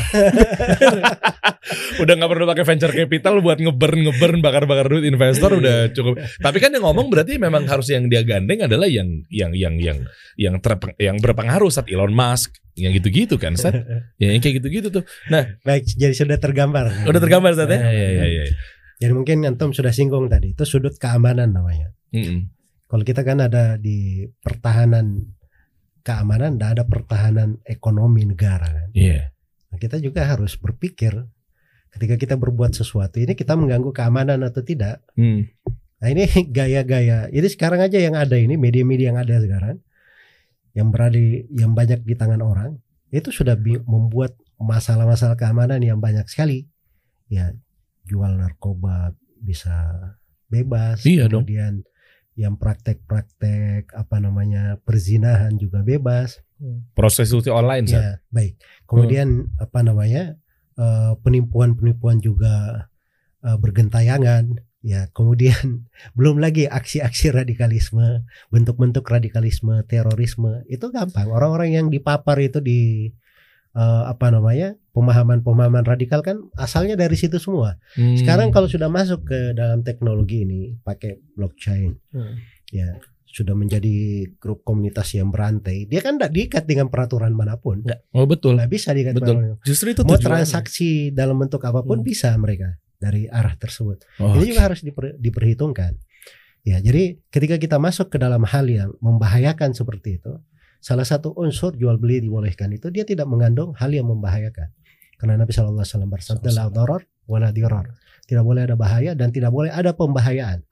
Udah nggak perlu pakai venture capital buat ngeburn ngeburn bakar-bakar duit investor udah cukup. Tapi kan yang ngomong berarti memang harus yang dia gandeng adalah yang yang yang yang yang terpeng, yang berpengaruh saat Elon Musk yang gitu-gitu kan Sat. Ya, yang kayak gitu-gitu tuh. Nah, Baik, jadi sudah tergambar. Udah tergambar Stat ya? ya ya ya. ya. Jadi mungkin antum sudah singgung tadi, itu sudut keamanan namanya. Mm-mm. Kalau kita kan ada di pertahanan keamanan, tidak ada pertahanan ekonomi negara kan. Iya. Nah, kita juga harus berpikir ketika kita berbuat sesuatu ini kita mengganggu keamanan atau tidak. Hmm. Nah ini gaya-gaya. Jadi sekarang aja yang ada ini media-media yang ada sekarang yang berada di- yang banyak di tangan orang itu sudah bi- membuat masalah-masalah keamanan yang banyak sekali. Ya jual narkoba bisa bebas. Iya dong. Kemudian yang praktek-praktek apa namanya perzinahan juga bebas. Prostitusi online Sat. Ya baik. Kemudian apa namanya eh, penipuan-penipuan juga eh, bergentayangan. Ya, kemudian belum lagi aksi-aksi radikalisme, bentuk-bentuk radikalisme, terorisme itu gampang. Orang-orang yang dipapar itu di uh, apa namanya pemahaman-pemahaman radikal kan asalnya dari situ semua. Hmm. Sekarang kalau sudah masuk ke dalam teknologi ini pakai blockchain, Hmm. ya sudah menjadi grup komunitas yang berantai. Dia kan tidak diikat dengan peraturan manapun. Nggak. Oh betul. Nggak bisa diikat Betul. manapun. Justru itu Mau tujuannya. transaksi dalam bentuk apapun Hmm. bisa mereka dari arah tersebut. Oh, Ini juga harus diper- diperhitungkan. Ya, jadi ketika kita masuk ke dalam hal yang membahayakan seperti itu, salah satu unsur jual beli dibolehkan itu dia tidak mengandung hal yang membahayakan. Karena Nabi shallallahu alaihi wasallam bersabda la darar wa la dirar. Tidak boleh ada bahaya dan tidak boleh ada pembahayaan.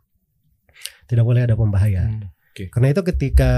Tidak boleh ada pembahayaan. Hmm, oke. Karena itu ketika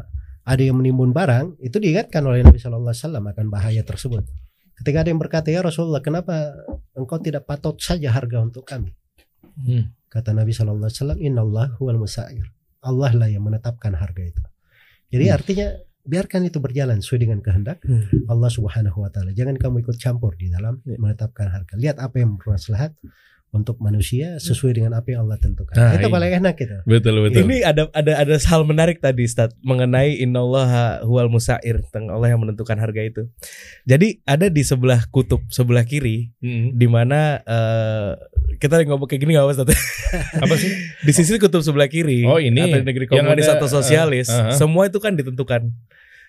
ada yang menimbun barang, itu diingatkan oleh Nabi shallallahu alaihi wasallam akan bahaya tersebut. Ketika ada yang berkata, ya Rasulullah, kenapa engkau tidak patot saja harga untuk kami? Hmm. Kata Nabi shallallahu alaihi wasallam, Innallah huwal musair. Allah lah yang menetapkan harga itu. Jadi Hmm. artinya biarkan itu berjalan sesuai dengan kehendak Hmm. Allah Subhanahu wa taala. Jangan kamu ikut campur di dalam menetapkan harga. Lihat apa yang bermaslahat untuk manusia sesuai dengan apa yang Allah tentukan. Nah, itu ini. paling enak gitu. Betul betul. Ini ada ada ada hal menarik tadi Stat mengenai innallaha huwal musair, tentang Allah yang menentukan harga itu. Jadi ada di sebelah kutub sebelah kiri Hmm. di mana eh, kita ngomong kayak gini enggak Stat? Apa sih? Di sisi kutub sebelah kiri Oh, ini atau di negeri yang komunis ada, atau sosialis, uh, uh-huh. semua itu kan ditentukan.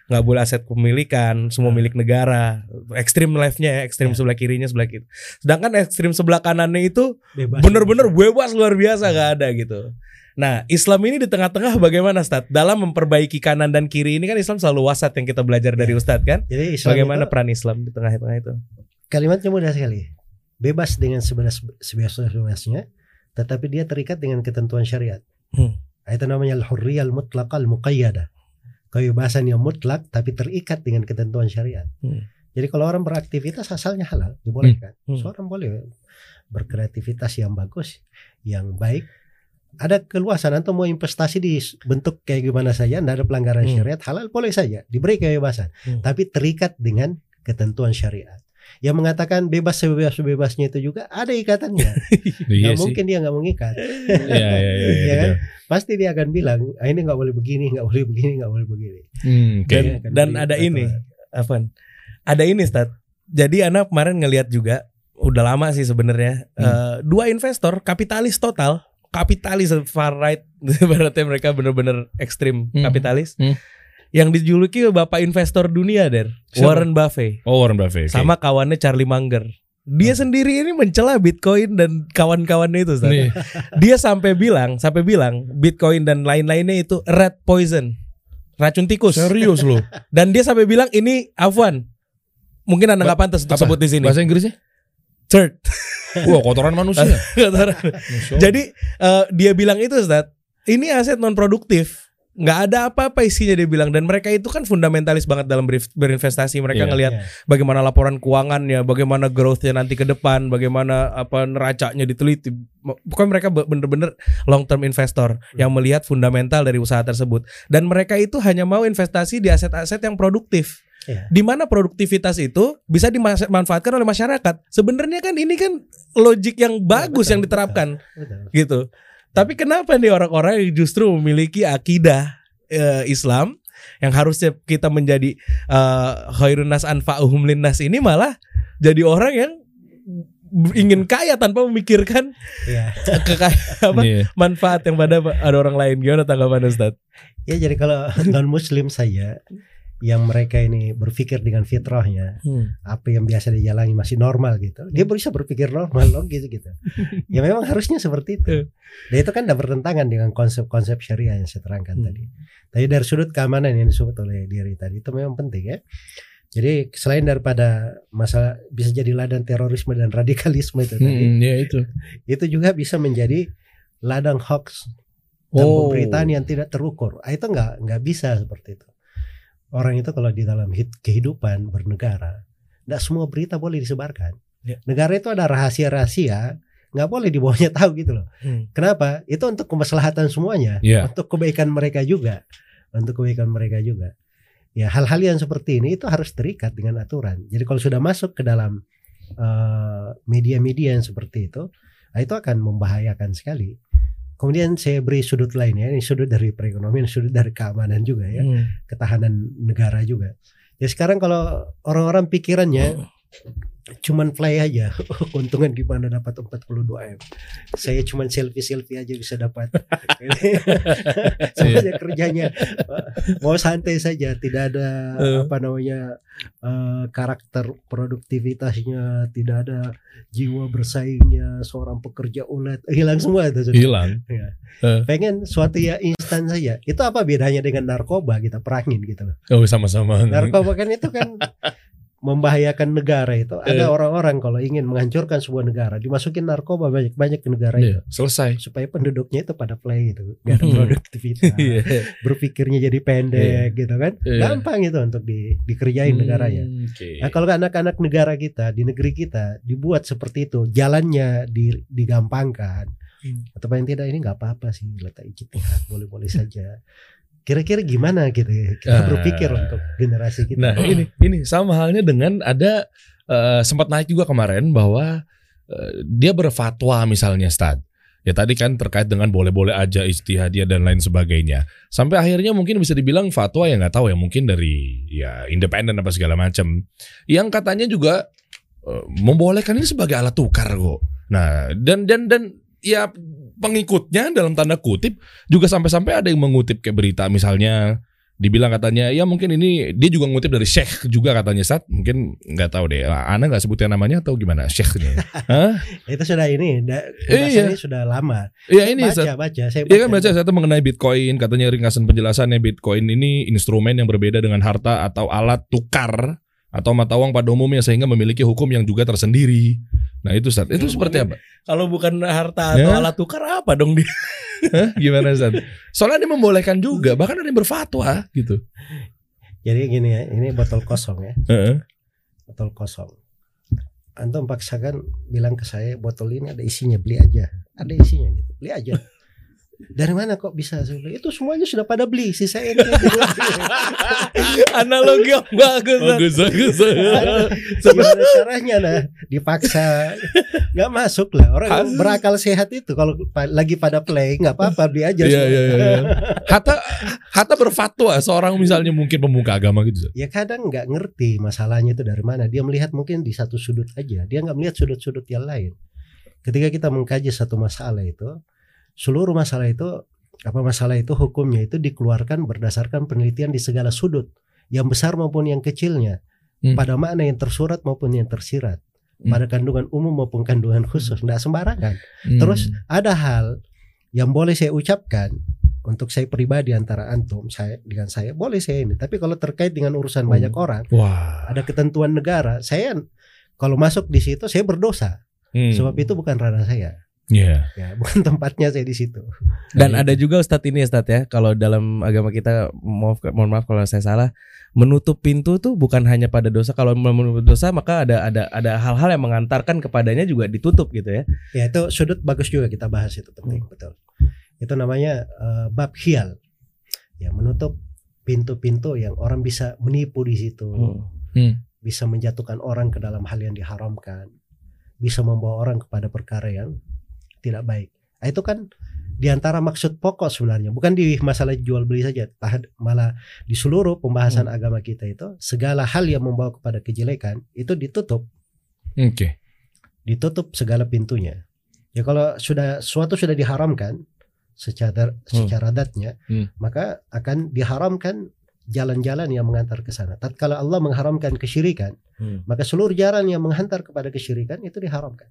nggak boleh aset kepemilikan, semua milik negara. Ekstrim left-nya ya, ekstrim Ya. sebelah kirinya sebelah kiri. Sedangkan ekstrim sebelah kanannya itu Bebas. bener-bener bebas luar biasa, nggak ada gitu. Nah, Islam ini di tengah-tengah bagaimana, Ustadz? Dalam memperbaiki kanan dan kiri ini kan Islam selalu wasat yang kita belajar dari Ya. Ustadz kan? Jadi Islam Bagaimana itu, peran Islam di tengah-tengah itu? kalimatnya mudah sekali. Bebas dengan sebebas-bebasnya, tetapi dia terikat dengan ketentuan syariat. Hmm. Itu namanya al-hurriyah al-mutlaqah al-muqayyadah. Kebebasan yang mutlak tapi terikat dengan ketentuan syariat. Hmm. Jadi kalau orang beraktivitas asalnya halal, dibolehkan. Hmm. Seorang boleh berkreativitas yang bagus, yang baik. Ada keluasan, atau mau investasi di bentuk kayak gimana saja, tidak ada pelanggaran Hmm. syariat, halal boleh saja, diberi kebebasan, Hmm. tapi terikat dengan ketentuan syariat. Yang mengatakan bebas sebebas-bebasnya itu juga ada ikatannya. Iya Nggak sih. mungkin dia nggak mengikat. Iya iya iya. Iya kan? iya. Pasti dia akan bilang, ah, ini nggak boleh begini, nggak boleh begini, nggak boleh begini. Hmm, oke. Dan, Dia akan dan beri ada ini, peraturan. Afan. Ada ini, Ustadz. Jadi anak kemarin ngelihat juga, udah lama sih sebenarnya, Hmm. eh, dua investor kapitalis total, kapitalis far right, berarti mereka bener-bener ekstrim Hmm. kapitalis. Hmm. Yang dijuluki bapak investor dunia, Der, Siapa? Warren Buffett. Oh, Warren Buffett. oke. Sama kawannya Charlie Munger. Dia sendiri ini mencela Bitcoin dan kawan-kawannya itu, Ustaz. Nih. Dia sampai bilang, sampai bilang Bitcoin dan lain-lainnya itu rat poison, racun tikus. Serius loh. Dan dia sampai bilang ini Afwan. Mungkin Anda Ba- nggak pantas untuk apa? sebut di sini. Bahasa Inggrisnya? Third. Wah, kotoran manusia. Jadi eh, dia bilang itu, Ustaz. Ini aset non produktif. Nggak ada apa-apa isinya, dia bilang. Dan mereka itu kan fundamentalis banget dalam ber- berinvestasi. Mereka Iya. ngelihat Iya. bagaimana laporan keuangannya, bagaimana growth-nya nanti ke depan, bagaimana apa neracanya diteliti. Pokoknya mereka be- bener-bener long term investor yang melihat fundamental dari usaha tersebut. Dan mereka itu hanya mau investasi di aset-aset yang produktif. Iya. Di mana produktivitas itu bisa dimanfaatkan oleh masyarakat. Sebenarnya kan ini kan logik yang bagus betul, yang diterapkan Betul. gitu. Tapi kenapa nih orang-orang yang justru memiliki akidah eh, Islam yang harusnya kita menjadi eh, khairun nas anfa'uhum linnas ini malah jadi orang yang ingin kaya tanpa memikirkan Iya. kekayaan apa Iya. manfaat yang pada ada orang lain. Gimana tanggapan Ustaz? Ya, jadi kalau non muslim saja yang mereka ini berpikir dengan fitrahnya, Hmm. apa yang biasa dijalani masih normal gitu, dia bisa berpikir normal logis gitu. Ya memang harusnya seperti itu. Dan itu kan tidak bertentangan dengan konsep-konsep syariah yang saya terangkan Hmm. tadi. Tapi dari sudut keamanan yang disebut oleh diri tadi itu memang penting ya. Jadi selain daripada masalah bisa jadi ladang terorisme dan radikalisme itu tadi, Hmm, ya itu. itu juga bisa menjadi ladang hoax dan Oh. pemberitaan yang tidak terukur. Ah, itu nggak nggak bisa seperti itu. Orang itu kalau di dalam hid- kehidupan bernegara, tidak semua berita boleh disebarkan. Ya. Negara itu ada rahasia-rahasia, nggak boleh dibawahnya tahu gitu loh. Hmm. Kenapa? Itu untuk kemaslahatan semuanya, Ya. untuk kebaikan mereka juga, untuk kebaikan mereka juga. Ya, hal-hal yang seperti ini itu harus terikat dengan aturan. Jadi kalau sudah masuk ke dalam uh, media-media yang seperti itu, nah itu akan membahayakan sekali. Kemudian saya beri sudut lain ya, ini sudut dari perekonomian, sudut dari keamanan juga ya, Hmm. ketahanan negara juga. Ya sekarang kalau orang-orang pikirannya cuman play aja, keuntungan gimana dapat empat puluh dua M. Saya cuman selfie-selfie aja bisa dapat. Semuanya kerjanya mau santai saja, tidak ada Uh. apa namanya eh, karakter produktivitasnya, tidak ada jiwa bersaingnya, seorang pekerja ulet, hilang semua itu. sudah. Hilang. Pengen suatu ya instan saja. Itu apa bedanya dengan narkoba, kita perangin gitu loh. Oh, sama-sama. Narkoba kan itu kan membahayakan negara itu. Eh. Ada orang-orang kalau ingin menghancurkan sebuah negara, dimasukin narkoba banyak-banyak ke negara Iya, itu. selesai. Supaya penduduknya itu pada play gitu. Gak ada Hmm. produktivitas. Iya. Berpikirnya jadi pendek gitu kan. Iya. Gampang itu untuk di, dikerjain negaranya. Hmm, oke. Nah kalau anak-anak negara kita di negeri kita dibuat seperti itu, jalannya di, digampangkan, Hmm. atau paling tidak ini nggak apa-apa sih, letak ijtihad, boleh-boleh saja. Kira-kira gimana gitu ya kita Ah. berpikir untuk generasi kita. Nah, ini ini sama halnya dengan ada eh, sempat naik juga kemarin bahwa eh, dia berfatwa misalnya, Stad. Ya tadi kan terkait dengan boleh-boleh aja ijtihadiyah dan lain sebagainya. Sampai akhirnya mungkin bisa dibilang fatwa yang nggak tahu ya, mungkin dari ya independen apa segala macam. Yang katanya juga eh, membolehkan ini sebagai alat tukar kok. Nah, dan dan dan ya pengikutnya dalam tanda kutip juga sampai-sampai ada yang mengutip kayak berita misalnya dibilang katanya ya mungkin ini dia juga ngutip dari Syekh juga katanya Ustaz, mungkin nggak tahu deh, Ana nggak sebutnya namanya atau gimana Syekhnya? Hah? Itu sudah ini, da, iya. ini sudah lama. Iya ini baca, Ustaz. baca, saya Iya kan baca saya tuh mengenai Bitcoin, katanya ringkasan penjelasannya Bitcoin ini instrumen yang berbeda dengan harta atau alat tukar atau mata uang pada umumnya sehingga memiliki hukum yang juga tersendiri. Nah itu Ustaz, itu seperti apa? Kalau bukan harta atau Ya? alat tukar apa dong dia? Hah? Gimana Ustaz? Soalnya dia membolehkan juga, bahkan ada yang berfatwa gitu. Jadi gini ya, ini botol kosong ya, Heeh. botol kosong. Antum paksakan bilang ke saya botol ini ada isinya, beli aja. Ada isinya gitu, beli aja. Dari mana kok bisa? Itu semuanya sudah pada beli, sisa ini. Analogi yang bagus. Bagus, bagus. Gimana caranya nah? Dipaksa, nggak masuk lah. Orang berakal sehat itu kalau pa- lagi pada play nggak apa-apa, beli aja. Iya semua. iya iya. Hatta Hatta berfatwa seorang misalnya mungkin pemuka agama gitu. Ustaz. Ya kadang nggak ngerti masalahnya itu dari mana. Dia melihat mungkin di satu sudut aja. Dia nggak melihat sudut-sudut yang lain. Ketika kita mengkaji satu masalah itu, seluruh masalah itu apa masalah itu hukumnya itu dikeluarkan berdasarkan penelitian di segala sudut, yang besar maupun yang kecilnya, Hmm. pada makna yang tersurat maupun yang tersirat, Hmm. pada kandungan umum maupun kandungan khusus, tidak sembarangan. Hmm. Terus ada hal yang boleh saya ucapkan untuk saya pribadi antara antum saya dengan saya, boleh saya ini. Tapi kalau terkait dengan urusan Hmm. banyak orang, Wah. ada ketentuan negara, saya kalau masuk di situ saya berdosa. Hmm. Sebab itu bukan ranah saya. Iya. Ya, bukan tempatnya saya di situ. Dan ada juga Ustadz ini Ustadz ya, kalau dalam agama kita, maaf, mohon maaf kalau saya salah, menutup pintu tuh bukan hanya pada dosa. Kalau menutup dosa maka ada ada ada hal-hal yang mengantarkan kepadanya juga ditutup gitu ya. Ya itu sudut bagus juga kita bahas, itu penting, betul. Itu namanya uh, bab hial. Ya, menutup pintu-pintu yang orang bisa menipu di situ. Hmm. Bisa menjatuhkan orang ke dalam hal yang diharamkan. Bisa membawa orang kepada perkara yang tidak baik. Nah, itu kan diantara maksud pokok sebenarnya, bukan di masalah jual beli saja, malah di seluruh pembahasan hmm. agama kita itu segala hal yang membawa kepada kejelekan itu ditutup. Oke. Okay. Ditutup segala pintunya. Ya kalau sudah suatu sudah diharamkan secara hmm. secara adatnya, hmm. maka akan diharamkan jalan-jalan yang mengantar ke sana. Tatkala Allah mengharamkan kesyirikan, hmm. maka seluruh jalan yang menghantar kepada kesyirikan itu diharamkan.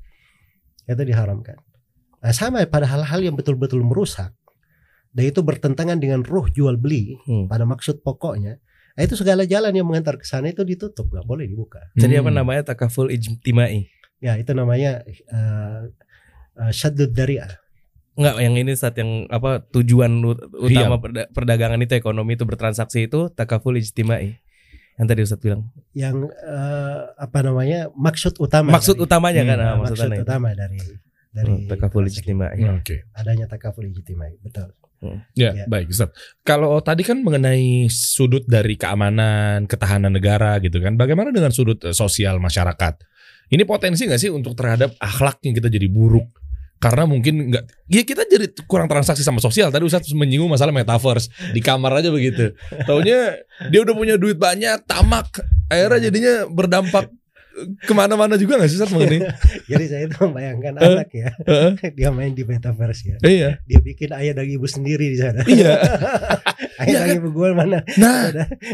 Itu diharamkan. Nah, sama pada hal-hal yang betul-betul merusak, dan itu bertentangan dengan ruh jual beli hmm. pada maksud pokoknya. Nah, itu segala jalan yang mengantar ke sana itu ditutup, nggak boleh dibuka. Jadi hmm. apa namanya, takaful ijtimai? Ya itu namanya uh, uh, syaddud dari'ah. Enggak, yang ini saat yang apa tujuan utama iya. perdagangan itu, ekonomi itu, bertransaksi itu takaful ijtimai. Yang tadi Ustadz bilang. Yang uh, apa namanya, maksud utama. Maksud dari, utamanya kan, hmm, maksud maksud utama dari dari hmm, takaful ijtimai. Oke. Okay. Adanya takaful ijtimai, betul. Hmm. Ya, ya, baik Ustaz. Kalau tadi kan mengenai sudut dari keamanan, ketahanan negara gitu kan. Bagaimana dengan sudut sosial masyarakat? Ini potensi nggak sih untuk terhadap akhlaknya kita jadi buruk? Karena mungkin nggak, ya kita jadi kurang transaksi sama sosial. Tadi Ustaz menyinggung masalah metaverse, di kamar aja begitu. Taunya dia udah punya duit banyak, tamak, akhirnya jadinya berdampak kemana-mana juga nggak sih Ustaz mengenai? Jadi saya itu membayangkan uh, anak ya, uh, dia main di metaverse ya. Iya. Dia bikin ayah dan ibu sendiri di sana. Iya. Ayah dan ibu gue mana? Nah,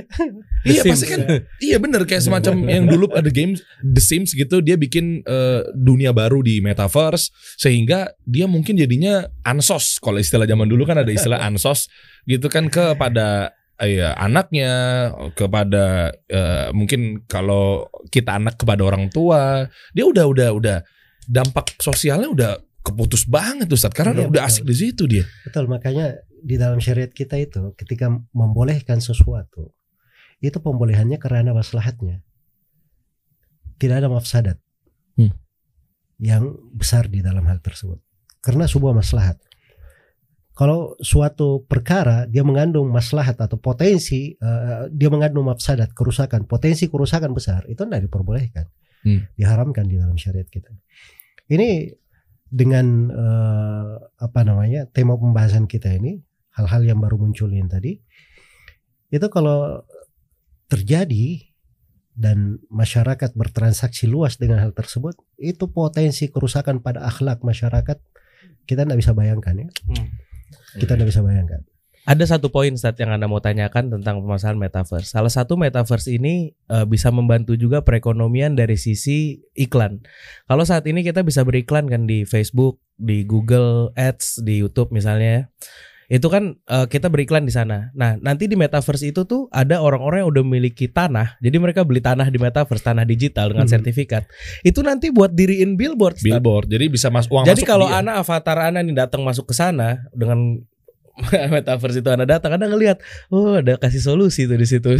iya pasti kan. Iya bener, kayak semacam yang dulu ada game The Sims gitu, dia bikin uh, dunia baru di metaverse sehingga dia mungkin jadinya ansos. Kalau istilah zaman dulu kan ada istilah ansos gitu kan, kepada ya, anaknya, kepada uh, mungkin kalau kita anak kepada orang tua, dia udah udah udah dampak sosialnya udah keputus banget Ustaz, karena iya, udah asik di situ dia. Betul, makanya di dalam syariat kita itu ketika membolehkan sesuatu, itu pembolehannya karena maslahatnya, tidak ada mafsadat hmm. yang besar di dalam hal tersebut, karena sebuah maslahat. Kalau suatu perkara dia mengandung maslahat atau potensi, uh, dia mengandung mafsadat, kerusakan, potensi kerusakan besar, itu tidak diperbolehkan, hmm. diharamkan di dalam syariat kita. Ini dengan uh, apa namanya, tema pembahasan kita ini, hal-hal yang baru munculin tadi, itu kalau terjadi dan masyarakat bertransaksi luas dengan hal tersebut, itu potensi kerusakan pada akhlak masyarakat kita tidak bisa bayangkan ya. Hmm. Kita tidak bisa bayangkan. Ada satu poin Ustadz yang Anda mau tanyakan tentang permasalahan metaverse. Salah satu metaverse ini uh, bisa membantu juga perekonomian dari sisi iklan. Kalau saat ini kita bisa beriklan kan di Facebook, di Google Ads, di YouTube misalnya ya. Itu kan uh, kita beriklan di sana. Nah, nanti di metaverse itu tuh ada orang-orang yang udah memiliki tanah. Jadi mereka beli tanah di metaverse, tanah digital dengan hmm. sertifikat. Itu nanti buat diriin billboard. Billboard. Jadi bisa mas- uang jadi masuk. Jadi kalau anak avatar anak nih datang masuk ke sana dengan metaverse itu Anda datang, Anda ngelihat, oh ada kasih solusi tuh di situ.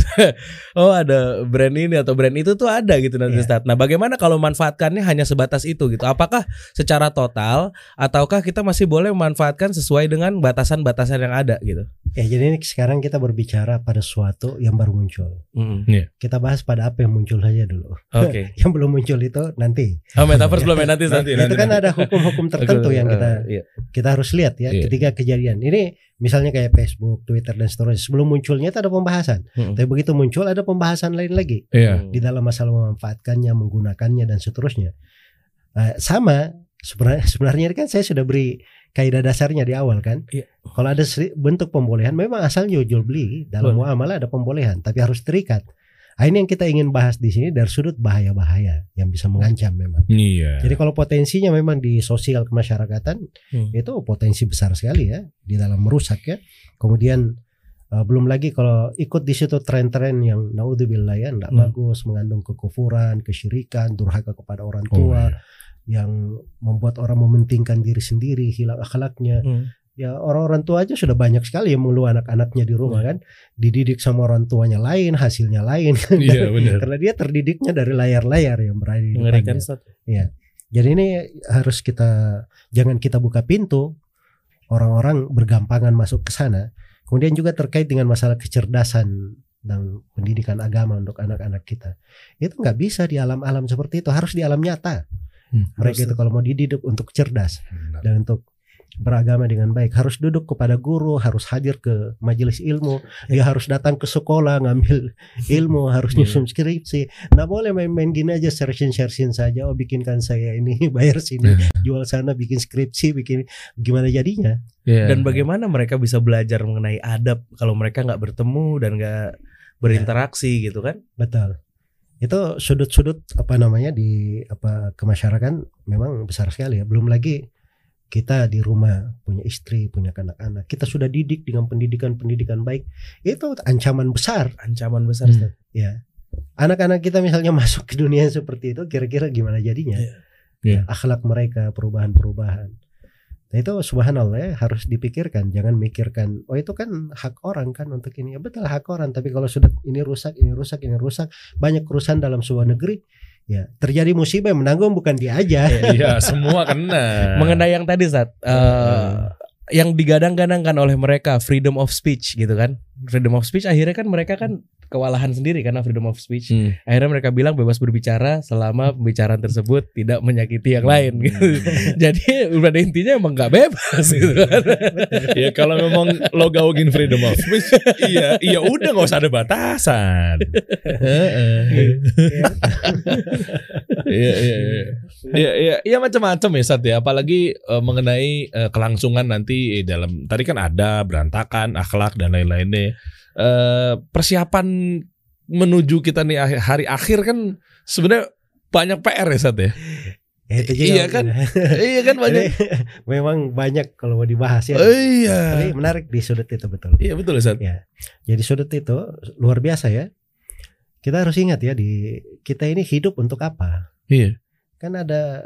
Oh ada brand ini atau brand itu tuh ada gitu nanti yeah. Nah bagaimana kalau manfaatkannya hanya sebatas itu gitu? Apakah secara total ataukah kita masih boleh memanfaatkan sesuai dengan batasan-batasan yang ada gitu? Ya jadi ini sekarang kita berbicara pada sesuatu yang baru muncul. Mm. Yeah. Kita bahas pada apa yang muncul saja dulu. Oke. Okay. Yang belum muncul itu nanti. Oh metaverse belum ya nanti nanti. Itu kan ada hukum-hukum tertentu yang kita uh, yeah. kita harus lihat ya yeah. ketika kejadian ini. Misalnya kayak Facebook, Twitter dan seterusnya. Sebelum munculnya itu ada pembahasan. Hmm. Tapi begitu muncul ada pembahasan lain lagi. Yeah. Di dalam masalah memanfaatkannya, menggunakannya dan seterusnya. Uh, sama sebenarnya sebenarnya kan saya sudah beri kaidah dasarnya di awal kan. Yeah. Kalau ada bentuk pembolehan memang asalnya jual beli dalam muamalah ada pembolehan, tapi harus terikat. Nah, ini yang kita ingin bahas di sini dari sudut bahaya-bahaya yang bisa mengancam memang. Iya. Jadi kalau potensinya memang di sosial kemasyarakatan hmm. itu potensi besar sekali ya di dalam merusak ya. Kemudian uh, belum lagi kalau ikut di situ tren-tren yang naudzubillah ya enggak hmm. bagus, mengandung kekufuran, kesyirikan, durhaka kepada orang tua, oh, iya. yang membuat orang mementingkan diri sendiri, hilang akhlaknya. Hmm. Ya orang-orang tua aja sudah banyak sekali yang mengeluh anak-anaknya di rumah kan, dididik sama orang tuanya lain, hasilnya lain. Iya, benar. Karena dia terdidiknya dari layar-layar yang berada di depannya. Ya, jadi ini harus kita jangan kita buka pintu orang-orang bergampangan masuk ke sana. Kemudian juga terkait dengan masalah kecerdasan dan pendidikan agama untuk anak-anak kita, itu nggak bisa di alam-alam seperti itu, harus di alam nyata. Hmm, mereka harus itu kalau mau dididik untuk cerdas benar. Dan untuk beragama dengan baik harus duduk kepada guru, harus hadir ke majelis ilmu, dia harus datang ke sekolah ngambil ilmu, harus nyusun skripsi. Nggak boleh main-main gini aja searching-searching saja. Oh bikinkan saya ini, bayar sini, jual sana, bikin skripsi, bikin gimana jadinya? Yeah. Dan bagaimana mereka bisa belajar mengenai adab kalau mereka nggak bertemu dan nggak berinteraksi yeah. gitu kan? Betul. Itu sudut-sudut apa namanya di apa kemasyarakatan memang besar sekali ya. Belum lagi kita di rumah punya istri, punya anak-anak, kita sudah didik dengan pendidikan-pendidikan baik, itu ancaman besar, ancaman besar. Hmm. Ya, anak-anak kita misalnya masuk ke dunia seperti itu, kira-kira gimana jadinya? Yeah. Yeah. Akhlak mereka, perubahan-perubahan. Nah itu subhanallah ya, harus dipikirkan, jangan mikirkan, oh itu kan hak orang kan untuk ini. Ya betul hak orang, tapi kalau sudah ini rusak, ini rusak, ini rusak, banyak kerusakan dalam sebuah negeri. Ya, terjadi musibah yang menanggung bukan dia aja. Iya, semua kena. Mengenai yang tadi Zat, uh, hmm. yang digadang-gadangkan oleh mereka freedom of speech gitu kan. Freedom of speech akhirnya kan mereka kan kewalahan sendiri karena freedom of speech. Hmm. Akhirnya mereka bilang bebas berbicara selama pembicaraan tersebut tidak menyakiti yang lain gitu. Jadi pada intinya emang nggak bebas gitu kan. Ya kalau memang lo gaungin freedom of speech, iya iya udah nggak usah ada batasan. Iya iya iya. Iya iya iya macam-macam ya Sat ya. Apalagi uh, mengenai uh, kelangsungan nanti eh, dalam tadi kan ada berantakan, akhlak dan lain-lainnya. Uh, persiapan menuju kita nih hari akhir kan sebenarnya banyak P R ya Sat ya. Ya, itu juga iya kan, iya kan banyak. Memang banyak kalau mau dibahas ya. Oh, iya. Tapi menarik di sudut itu betul. Iya betul Sat. Ya. Jadi sudut itu luar biasa ya. Kita harus ingat ya di kita ini hidup untuk apa? Iya. Kan ada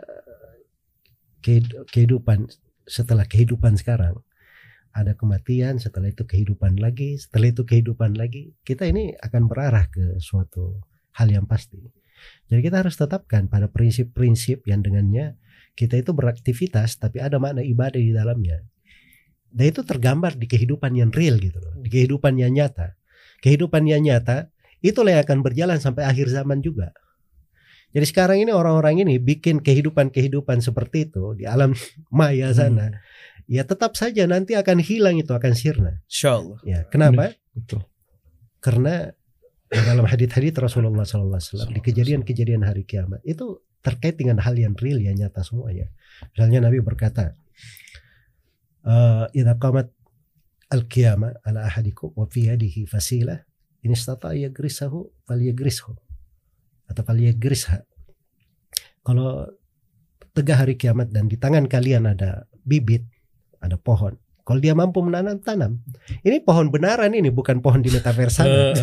kehidupan setelah kehidupan sekarang. Ada kematian, setelah itu kehidupan lagi, setelah itu kehidupan lagi. Kita ini akan berarah ke suatu hal yang pasti. Jadi kita harus tetapkan pada prinsip-prinsip yang dengannya kita itu beraktivitas tapi ada makna ibadah di dalamnya. Dan itu tergambar di kehidupan yang real gitu loh, di kehidupan yang nyata. Kehidupan yang nyata itulah yang akan berjalan sampai akhir zaman juga. Jadi sekarang ini orang-orang ini bikin kehidupan-kehidupan seperti itu di alam maya sana. Hmm. Ya tetap saja nanti akan hilang, itu akan sirna. Insyaallah. Ya, kenapa? Betul. Karena dalam hadits-hadits Rasulullah sallallahu alaihi wasallam di kejadian-kejadian hari kiamat itu terkait dengan hal yang real, yang nyata semuanya. Misalnya Nabi berkata, "Idza qamat al-qiyamah ala ahadikum wa fi yadihi fasilah in istata yagrisahu falyagrishu atau falyagrisha. Kalau tegak hari kiamat dan di tangan kalian ada bibit, ada pohon, kalau dia mampu menanam, tanam. Ini pohon benaran, ini bukan pohon di metaverse.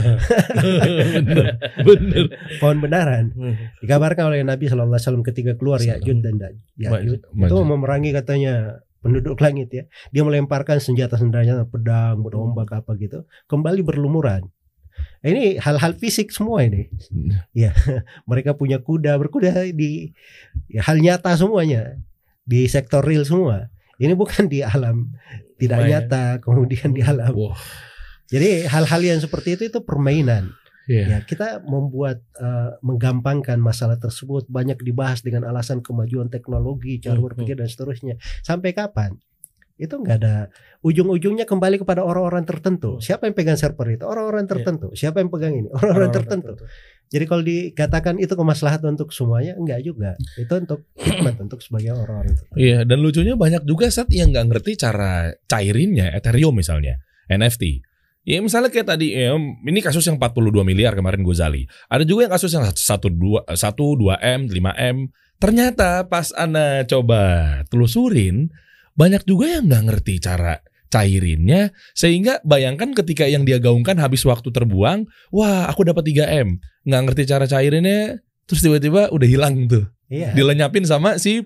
bener, bener. Pohon benaran. Dikabarkan oleh Nabi shallallahu alaihi wasallam ketika keluar Ya'juj dan Ya'juj itu memerangi katanya penduduk langit ya. Dia melemparkan senjata-senjata, pedang, tombak apa gitu, kembali berlumuran. Ini hal-hal fisik semua ini. Ya, mereka punya kuda, berkuda di ya, hal nyata semuanya, di sektor real semua. Ini bukan di alam tidak Maya. nyata, kemudian di alam. Wow. Jadi hal-hal yang seperti itu itu permainan. Yeah. Ya, kita membuat uh, menggampangkan masalah tersebut, banyak dibahas dengan alasan kemajuan teknologi, cara berpikir dan seterusnya. Sampai kapan? Itu nggak ada ujung-ujungnya, kembali kepada orang-orang tertentu. Siapa yang pegang server itu? Orang-orang tertentu. Yeah. Siapa yang pegang ini? Orang-orang tertentu. tertentu. Jadi kalau dikatakan itu kemaslahatan untuk semuanya, enggak juga. Itu untuk hikmat, untuk sebagai orang-orang tertentu. Iya, dan lucunya banyak juga saat yang nggak ngerti cara cairinnya Ethereum misalnya, N F T. Ya misalnya kayak tadi, ya, ini kasus yang empat puluh dua miliar kemarin Gozali. Ada juga yang kasus yang satu, dua M, lima M. Ternyata pas Ana coba telusurin, banyak juga yang nggak ngerti cara cairinnya, sehingga bayangkan ketika yang dia gaungkan habis waktu terbuang, wah aku dapat tiga M, nggak ngerti cara cairinnya, terus tiba-tiba udah hilang tuh, iya. Dilenyapin sama si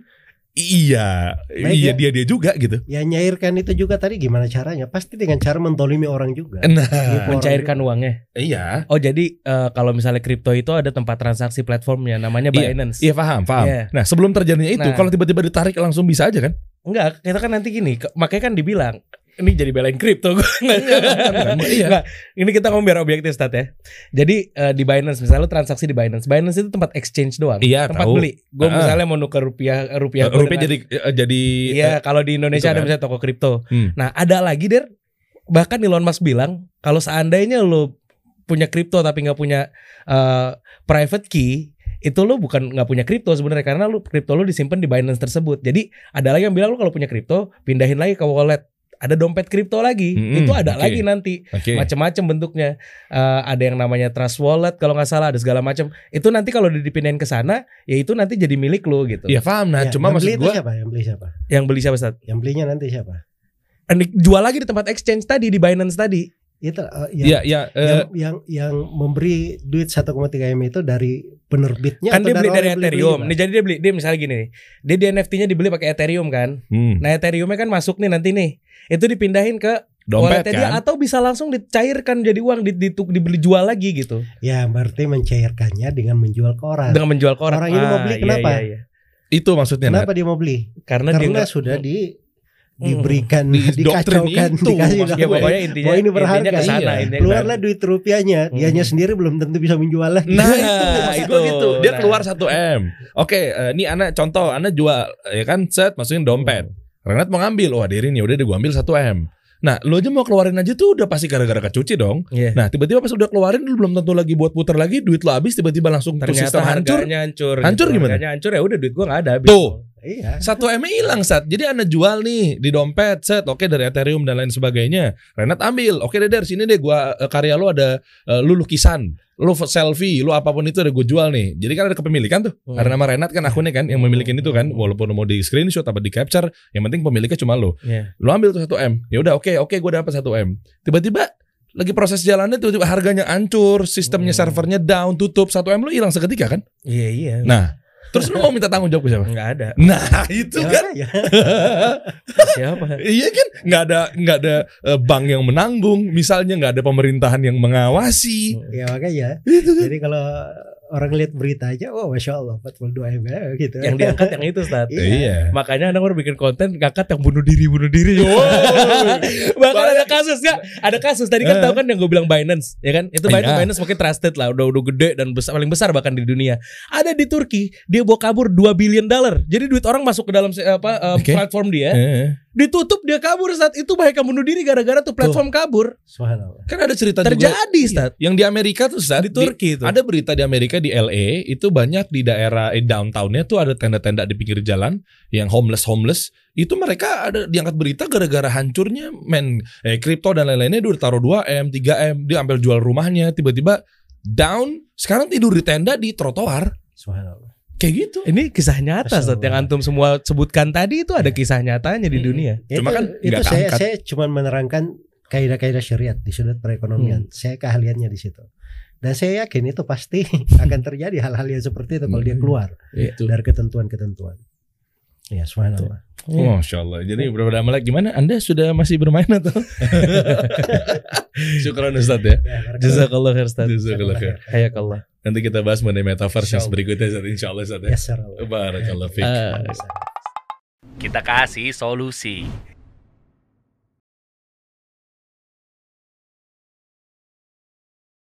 iya, Baik iya ya, dia dia juga gitu. Ya nyairkan itu juga tadi gimana caranya? Pasti dengan cara mentolimi orang juga. Nah, mencairkan uangnya. Iya. Oh jadi uh, kalau misalnya kripto itu ada tempat transaksi platformnya, namanya Binance. Iya, iya paham, paham. Yeah. Nah sebelum terjadinya itu, nah, kalau tiba-tiba ditarik langsung bisa aja kan? Enggak, kita kan nanti gini, makanya kan dibilang ini jadi belain kripto gue. Iya. Ini kita ngomong biar objektif stat ya. Jadi uh, di Binance misalnya transaksi di Binance. Binance itu tempat exchange doang. Iya, tempat tahu. beli. Gue uh. misalnya mau nuker rupiah rupiah. Uh, rupiah dengan, jadi uh, jadi. Iya, uh, kalau di Indonesia ada kan misalnya toko kripto. Hmm. Nah ada lagi der. Bahkan Elon Musk bilang kalau seandainya lo punya kripto tapi nggak punya uh, private key, itu lo bukan nggak punya kripto sebenarnya, karena lo kripto lo disimpan di Binance tersebut. Jadi ada lagi yang bilang lo kalau punya kripto pindahin lagi ke wallet. Ada dompet kripto lagi, mm-hmm, itu ada okay. lagi nanti, okay. macam-macam bentuknya. Uh, ada yang namanya Trust Wallet kalau nggak salah, ada segala macam. Itu nanti kalau dipindahin ke sana, ya itu nanti jadi milik lo gitu. Iya paham. Nah, ya, cuma maksud gue siapa? Yang beli siapa? Yang beli siapa Ustaz? Yang belinya nanti siapa? Jual lagi di tempat exchange tadi, di Binance tadi. Itu uh, yang, ya, ya, uh, yang yang yang memberi duit satu koma tiga M itu dari penerbitnya kan, dia beli dari Ethereum. Nih jadi dia beli, dia misalnya gini nih, dia di N F T-nya dibeli pakai Ethereum kan. Hmm. Nah Ethereum-nya kan masuk nih nanti nih, itu dipindahin ke dompet kan? Dia, atau bisa langsung dicairkan jadi uang, dibeli jual lagi gitu. Ya berarti mencairkannya dengan menjual ke orang. Dengan menjual ke orang. Orang ini ah, mau beli kenapa? Iya, iya, iya. Itu maksudnya. Kenapa dia mau beli? Karena, Karena dia sudah di diberikan, di dikacaukan, itu, dikasih ya, pokoknya intinya, ini berharga. Intinya kesana, iya. Keluarlah duit rupiahnya, hmm. dianya sendiri belum tentu bisa menjualnya. Nah, nah itu gitu. Dia nah. keluar satu M. Oke, uh, ini anak contoh, anak jual ya kan, set masukin dompet. Renat mau ngambil, wah Derin ya udah deh gua ambil satu M. Nah, lu aja mau keluarin aja tuh udah pasti gara-gara kecuci dong. Yeah. Nah, tiba-tiba pas udah keluarin lu belum tentu lagi buat putar lagi, duit lo habis, tiba-tiba langsung tuh sistem hancur. hancur. Hancur gitu. gimana? Harganya hancur ya udah duit gua enggak ada habis. Tuh. Iya. Satu M hilang Sat. Jadi Anda jual nih di dompet set, oke dari Ethereum dan lain sebagainya. Renat ambil, oke deh dari sini deh gua karya lu ada uh, lu lukisan, lu selfie, lu apapun itu ada gue jual nih. Jadi kan ada kepemilikan tuh. Hmm. Karena nama Renat kan akunnya kan yang memiliki itu kan, walaupun mau di screenshot apa di capture, yang penting pemiliknya cuma lu. Yeah. Lu ambil tuh satu M. Ya udah oke oke gue dapat satu M. Tiba-tiba lagi proses jalannya tuh harganya hancur, sistemnya hmm. servernya down, tutup, satu M lu hilang seketika kan? Iya iya. Nah, terus lu mau minta tanggung jawab ke siapa? Enggak ada. Nah itu ya, kan ya. Siapa? Iya kan, nggak ada nggak ada uh, bank yang menanggung, misalnya nggak ada pemerintahan yang mengawasi. Ya makanya. Itu kan. Jadi kalau orang lihat berita aja, oh masya Allah empat puluh dua M gitu. Yang diangkat yang itu Ustaz. Iya. iya. Makanya anak baru bikin konten ngangkat yang bunuh diri bunuh diri. Oh. Bahkan ada kasus nggak? Ada kasus tadi kan tahu kan yang gue bilang Binance, ya kan? Itu Binance, Binance mungkin trusted lah, udah udah gede dan besar, paling besar bahkan di dunia. Ada di Turki, dia bawa kabur dua billion dollar. Jadi duit orang masuk ke dalam apa uh, okay. platform dia. Uh. ditutup dia kabur Ustaz. Itu bahkan bunuh diri gara-gara tuh platform kabur. Subhanallah. Kan ada cerita Terjadi juga Ustaz. yang di Amerika tuh Ustaz, Di Turki itu. ada berita di Amerika di L A itu banyak di daerah eh, downtownnya tuh ada tenda-tenda di pinggir jalan yang homeless homeless itu mereka ada diangkat berita gara-gara hancurnya men eh kripto dan lain-lainnya dia udah taruh dua M tiga M dia ambil jual rumahnya tiba-tiba down sekarang tidur di tenda di trotoar. Subhanallah. Kayak gitu. Ini kisah nyata Ustaz. Yang antum semua sebutkan tadi itu ada kisah nyatanya di Hmm. dunia. Cuma itu, kan itu nggak saya keangkat. saya cuma menerangkan kaidah-kaidah syariat di sudut perekonomian. Hmm. Saya keahliannya di situ. Dan saya yakin itu pasti akan terjadi hal-hal yang seperti itu kalau dia keluar Itu. dari ketentuan-ketentuan. Ya, subhanallah. Oh, Masya Allah. Jadi berbeda Malek gimana? Anda sudah masih bermain atau? Syukran Ustaz ya. Jazakallah khair Ustaz. Jazakallah khair. Hayakallah. Nanti kita bahas mengenai metaverse yang Insyaallah. berikutnya Ustaz. Insyaallah Ustaz ya. Ya, sarallah. Barakallah fiik. Ah. Kita kasih solusi.